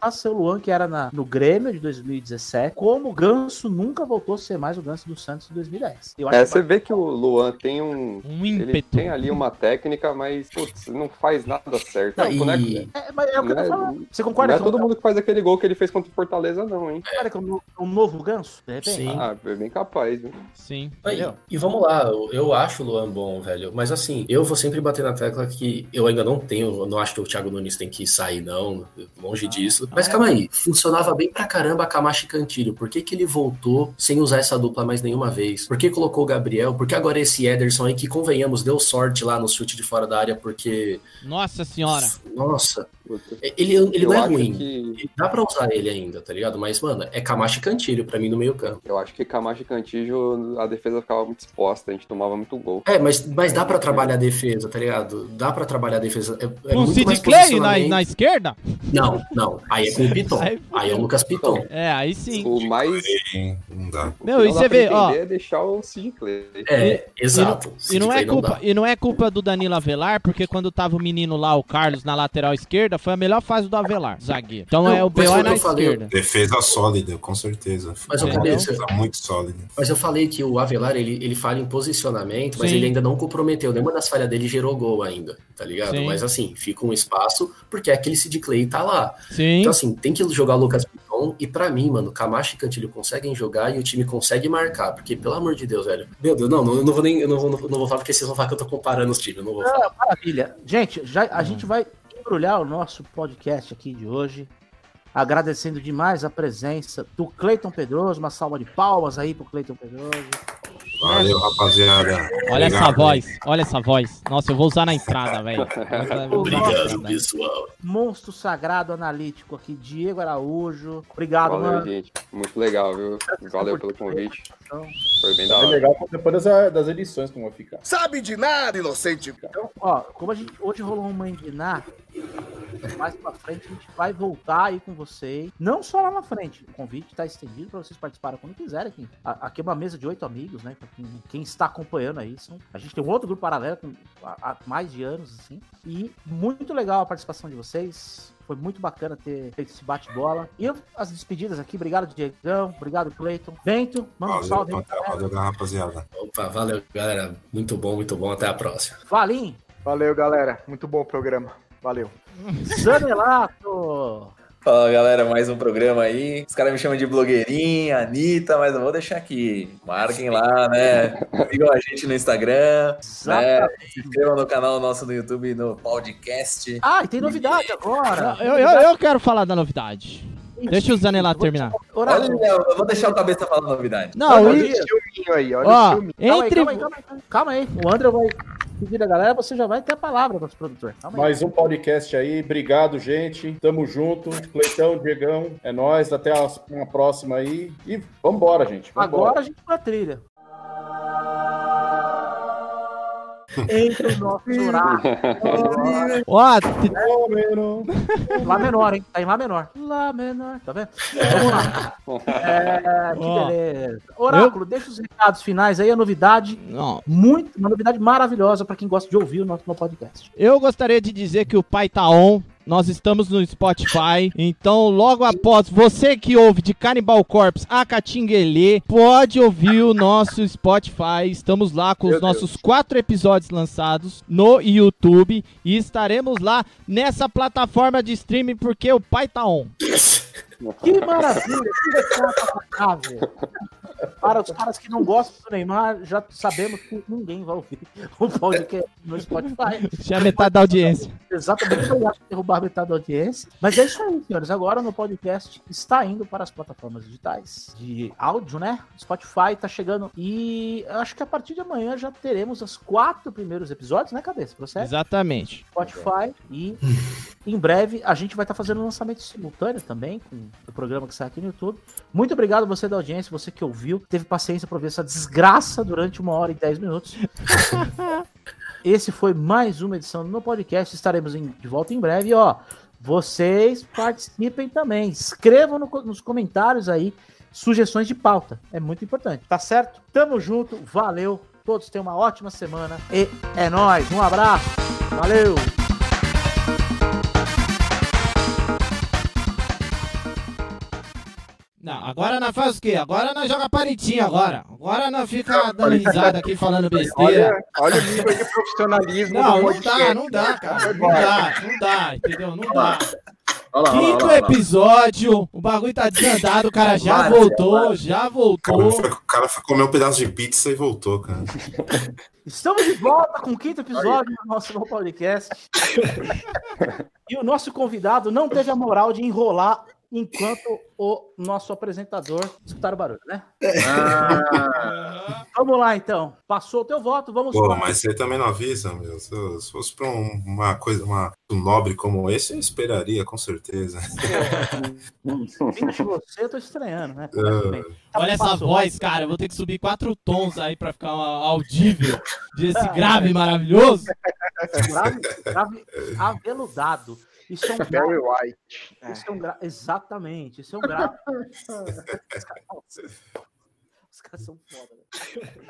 B: voltasse a ser o Luan que era na, no Grêmio de dois mil e dezessete, como o Ganso nunca voltou a ser mais o Ganso do Santos de dois mil e dez. Eu acho
H: É,
B: que
H: você
B: vai-
H: vê que o Luan tem um...
F: Um
H: Ele
F: ímpeto.
H: tem ali uma técnica, mas, putz, não faz nada certo.
G: Não,
H: Não,
G: e-
H: não é,
B: É, mas é o que eu tô
H: Não é-
B: falando. Você
H: não
B: concorda
H: é
B: que
H: todo
B: é um-
H: mundo que faz aquele gol que ele fez contra o Fortaleza, não, hein?
B: concorda que é um no- um novo Ganso, de repente?
G: Sim.
H: Ah, é bem capaz, viu?
F: Sim.
G: Aí,
B: Entendeu?
G: e vamos lá, eu, eu acho o Luan bom, velho. Mas assim, eu vou sempre bater na tecla que eu ainda não tenho, eu não acho que o Thiago Nunes tem que sair, não, longe disso. Mas calma aí, funcionava bem pra caramba a Camacho e Cantilho. Por que que ele voltou sem usar essa dupla mais nenhuma vez? Por que colocou o Gabriel? Por que agora esse Ederson aí, que convenhamos, deu sorte lá no chute de fora da área, porque,
F: Nossa senhora.
G: nossa,
H: Puta.
G: ele, ele
H: Eu
G: não é
H: acho
G: ruim.
H: que-
G: Ele- Dá pra usar ele ainda, tá ligado? Mas, mano, é Camacho e Cantilho pra mim no meio campo.
H: Eu acho que Camacho e Cantillo, a defesa ficava muito exposta, a gente tomava muito gol.
G: É, mas, mas dá pra trabalhar a defesa, tá ligado? Dá pra trabalhar a defesa. É, é
F: Com o
G: muito mais
F: Sid Clay na,
G: posicionamento.
F: na esquerda?
G: Não, não. Aí é com o Piton.
F: Aí-
G: Aí é o Lucas Piton.
F: É, aí sim.
H: O mais...
I: Sim, não dá.
H: o
F: Meu,
H: que
F: e
H: não
F: você
H: dá pra
F: vê, ó.
H: entender é deixar o Sid Clay.
G: É, exato.
F: E não, é
G: Sid Clay
F: culpa,
G: dá.
F: e não é culpa do Danilo Avelar, porque quando tava o menino lá, o Carlos, na lateral esquerda, foi a melhor fase do Avelar, zagueiro. Então
G: Não,
F: é o
G: mas
F: B O
G: foi
F: é
G: o que
F: na
G: eu falei.
F: esquerda.
I: Defesa sólida, com certeza.
G: Mas eu
F: É.
G: falei,
I: Defesa muito sólida.
G: mas eu falei que o Avelar, ele, ele falha em posicionamento, mas
F: Sim.
G: ele ainda não comprometeu. Nenhuma das falhas dele gerou gol ainda, tá ligado?
F: Sim.
G: Mas assim, fica um espaço, porque aquele Sid Clay tá lá.
F: Sim.
G: Então assim, tem que jogar o Lucas Piton, e pra mim, mano, Camacho e Cantilho conseguem jogar e o time consegue marcar, porque pelo amor de Deus, velho. Meu Deus, não, não, eu não vou nem, eu não vou, não vou falar porque vocês vão falar que eu tô comparando os times, eu não vou falar.
B: Ah, maravilha. Gente, já, a gente vai embrulhar o nosso podcast aqui de hoje, agradecendo demais a presença do Cleiton Pedroso, uma salva de palmas aí pro Cleiton Pedroso.
I: Valeu, rapaziada.
F: Olha essa
I: Obrigado.
F: voz, olha essa voz. Nossa, eu vou usar na entrada, velho.
G: Obrigado, pessoal.
B: Monstro sagrado analítico aqui, Diego Araújo. Obrigado,
H: Valeu,
B: mano.
H: gente. Muito legal, viu? Valeu pelo convite. Foi bem da
A: É
H: hora.
A: legal depois das, das edições como vai ficar.
K: Sabe de nada, inocente.
B: Então, ó, como a gente hoje rolou uma endinar, mais pra frente a gente vai voltar aí com vocês. Não só lá na frente. O convite tá estendido pra vocês participarem quando quiserem aqui. A- Aqui é uma mesa de oito amigos, né? Pra quem, quem está acompanhando aí. São- a gente tem um outro grupo paralelo com, há, há mais de anos, assim. E muito legal a participação de vocês. Foi muito bacana ter feito esse bate-bola. E eu- as despedidas aqui. Obrigado, Diegão. Obrigado, Cleiton. Bento, manda um
I: Valeu,
B: salve aí.
I: valeu, valeu, rapaziada.
G: Opa, valeu, galera. Muito bom, muito bom. Até a próxima.
B: Valim,
E: Valeu, galera. Muito bom o programa. Valeu.
B: Zanelato.
D: Fala galera, mais um programa aí. Os caras me chamam de blogueirinha, Anitta, mas eu vou deixar aqui. Marquem lá, né? Sigam a gente no Instagram, né? Se inscrevam no canal nosso do YouTube e no podcast.
B: Ah, e tem novidade agora.
F: Eu, eu, eu quero falar da novidade. Deixa o Zanelato terminar.
B: Horário.
D: Olha, Léo, eu vou deixar o cabeça falar a novidade.
F: Não,
E: Olha
F: e,
E: esse filminho aí, olha
F: ó,
E: esse filminho.
B: Calma aí,
F: entre...
B: calma aí, calma aí, calma aí. O André vai pedir a galera, você já vai ter a palavra, nosso produtor. Calma aí.
A: Mais um podcast aí. Obrigado, gente. Tamo junto. Cleitão, Diegão, é nóis. Até a- uma próxima aí. E vambora, gente. Vambora.
B: Agora a gente vai a trilha. Entre o nosso horário.
F: Ó, te-
B: Lá menor, hein? Tá em Lá menor. Lá menor, tá vendo? Vamos lá. É, que
F: Ó.
B: beleza. Oráculo, deixa os recados finais aí, a novidade.
F: não.
B: Muito, uma novidade maravilhosa pra quem gosta de ouvir o nosso, nosso podcast.
F: Eu gostaria de dizer que o pai tá on. Nós estamos no Spotify, então logo após, você que ouve de Cannibal Corpse a Catinguelê, pode ouvir o nosso Spotify. Estamos lá com os
H: Meu
F: nossos quatro episódios lançados no YouTube e estaremos lá nessa plataforma de streaming porque o pai tá on.
B: Que maravilha, que recado agradável. Para os caras que não gostam do Neymar, já sabemos que ninguém vai ouvir o podcast no Spotify.
F: Já é metade da audiência.
B: Exatamente, eu acho que derrubar metade da audiência. Mas é isso aí, senhores. Agora no podcast está indo para as plataformas digitais de áudio, né? Spotify tá chegando. E acho que a partir de amanhã já teremos os quatro primeiros episódios, né, cabeça? Procede?
F: Exatamente.
B: Spotify. E em breve a gente vai estar fazendo um lançamento simultâneo também com o programa que sai aqui no YouTube. Muito obrigado você da audiência, você que ouviu, teve paciência para ver essa desgraça durante uma hora e dez minutos. Esse foi mais uma edição do meu podcast. Estaremos em- de volta em breve. E, ó, vocês participem também. Escrevam no co- nos comentários aí sugestões de pauta. É muito importante. Tá certo? Tamo junto. Valeu. Todos tenham uma ótima semana. E é nóis. Um abraço. Valeu.
F: Não, agora nós faz o quê? Agora nós joga palitinho agora. Agora nós fica dando risada aqui falando besteira.
E: Olha, olha o nível de profissionalismo
F: Não,
E: do
F: não
E: podcast.
F: dá, não dá, cara. Não dá, não dá, entendeu? Não dá.
A: Olha lá, olha lá,
F: Quinto
A: olha lá.
F: episódio, o bagulho tá desandado, o cara já
D: Várzea,
F: voltou,
D: várzea.
F: já
I: O cara,
F: voltou.
I: foi, o cara foi comer um pedaço de pizza e voltou, cara.
B: Estamos de volta com o quinto episódio do nosso novo podcast. E o nosso convidado não teve a moral de enrolar enquanto o nosso apresentador escutar o barulho, né?
A: Ah,
B: Vamos lá, então. Passou o teu voto, vamos
I: Pô,
B: lá.
I: mas você também não avisa, meu. Se, se fosse pra um- uma coisa, uma, um nobre como esse, eu esperaria, com certeza.
B: Vindo de você, eu tô estranhando, né?
I: Ah.
B: Bem, tá,
F: Olha essa
B: passou.
F: voz, cara. Eu vou ter que subir quatro tons aí pra ficar audível desse grave maravilhoso.
B: Grave, grave aveludado. Isso é um
E: Barry
B: grave.
E: White.
B: Isso é um gra... Exatamente, isso é um grave. Os caras são foda, né?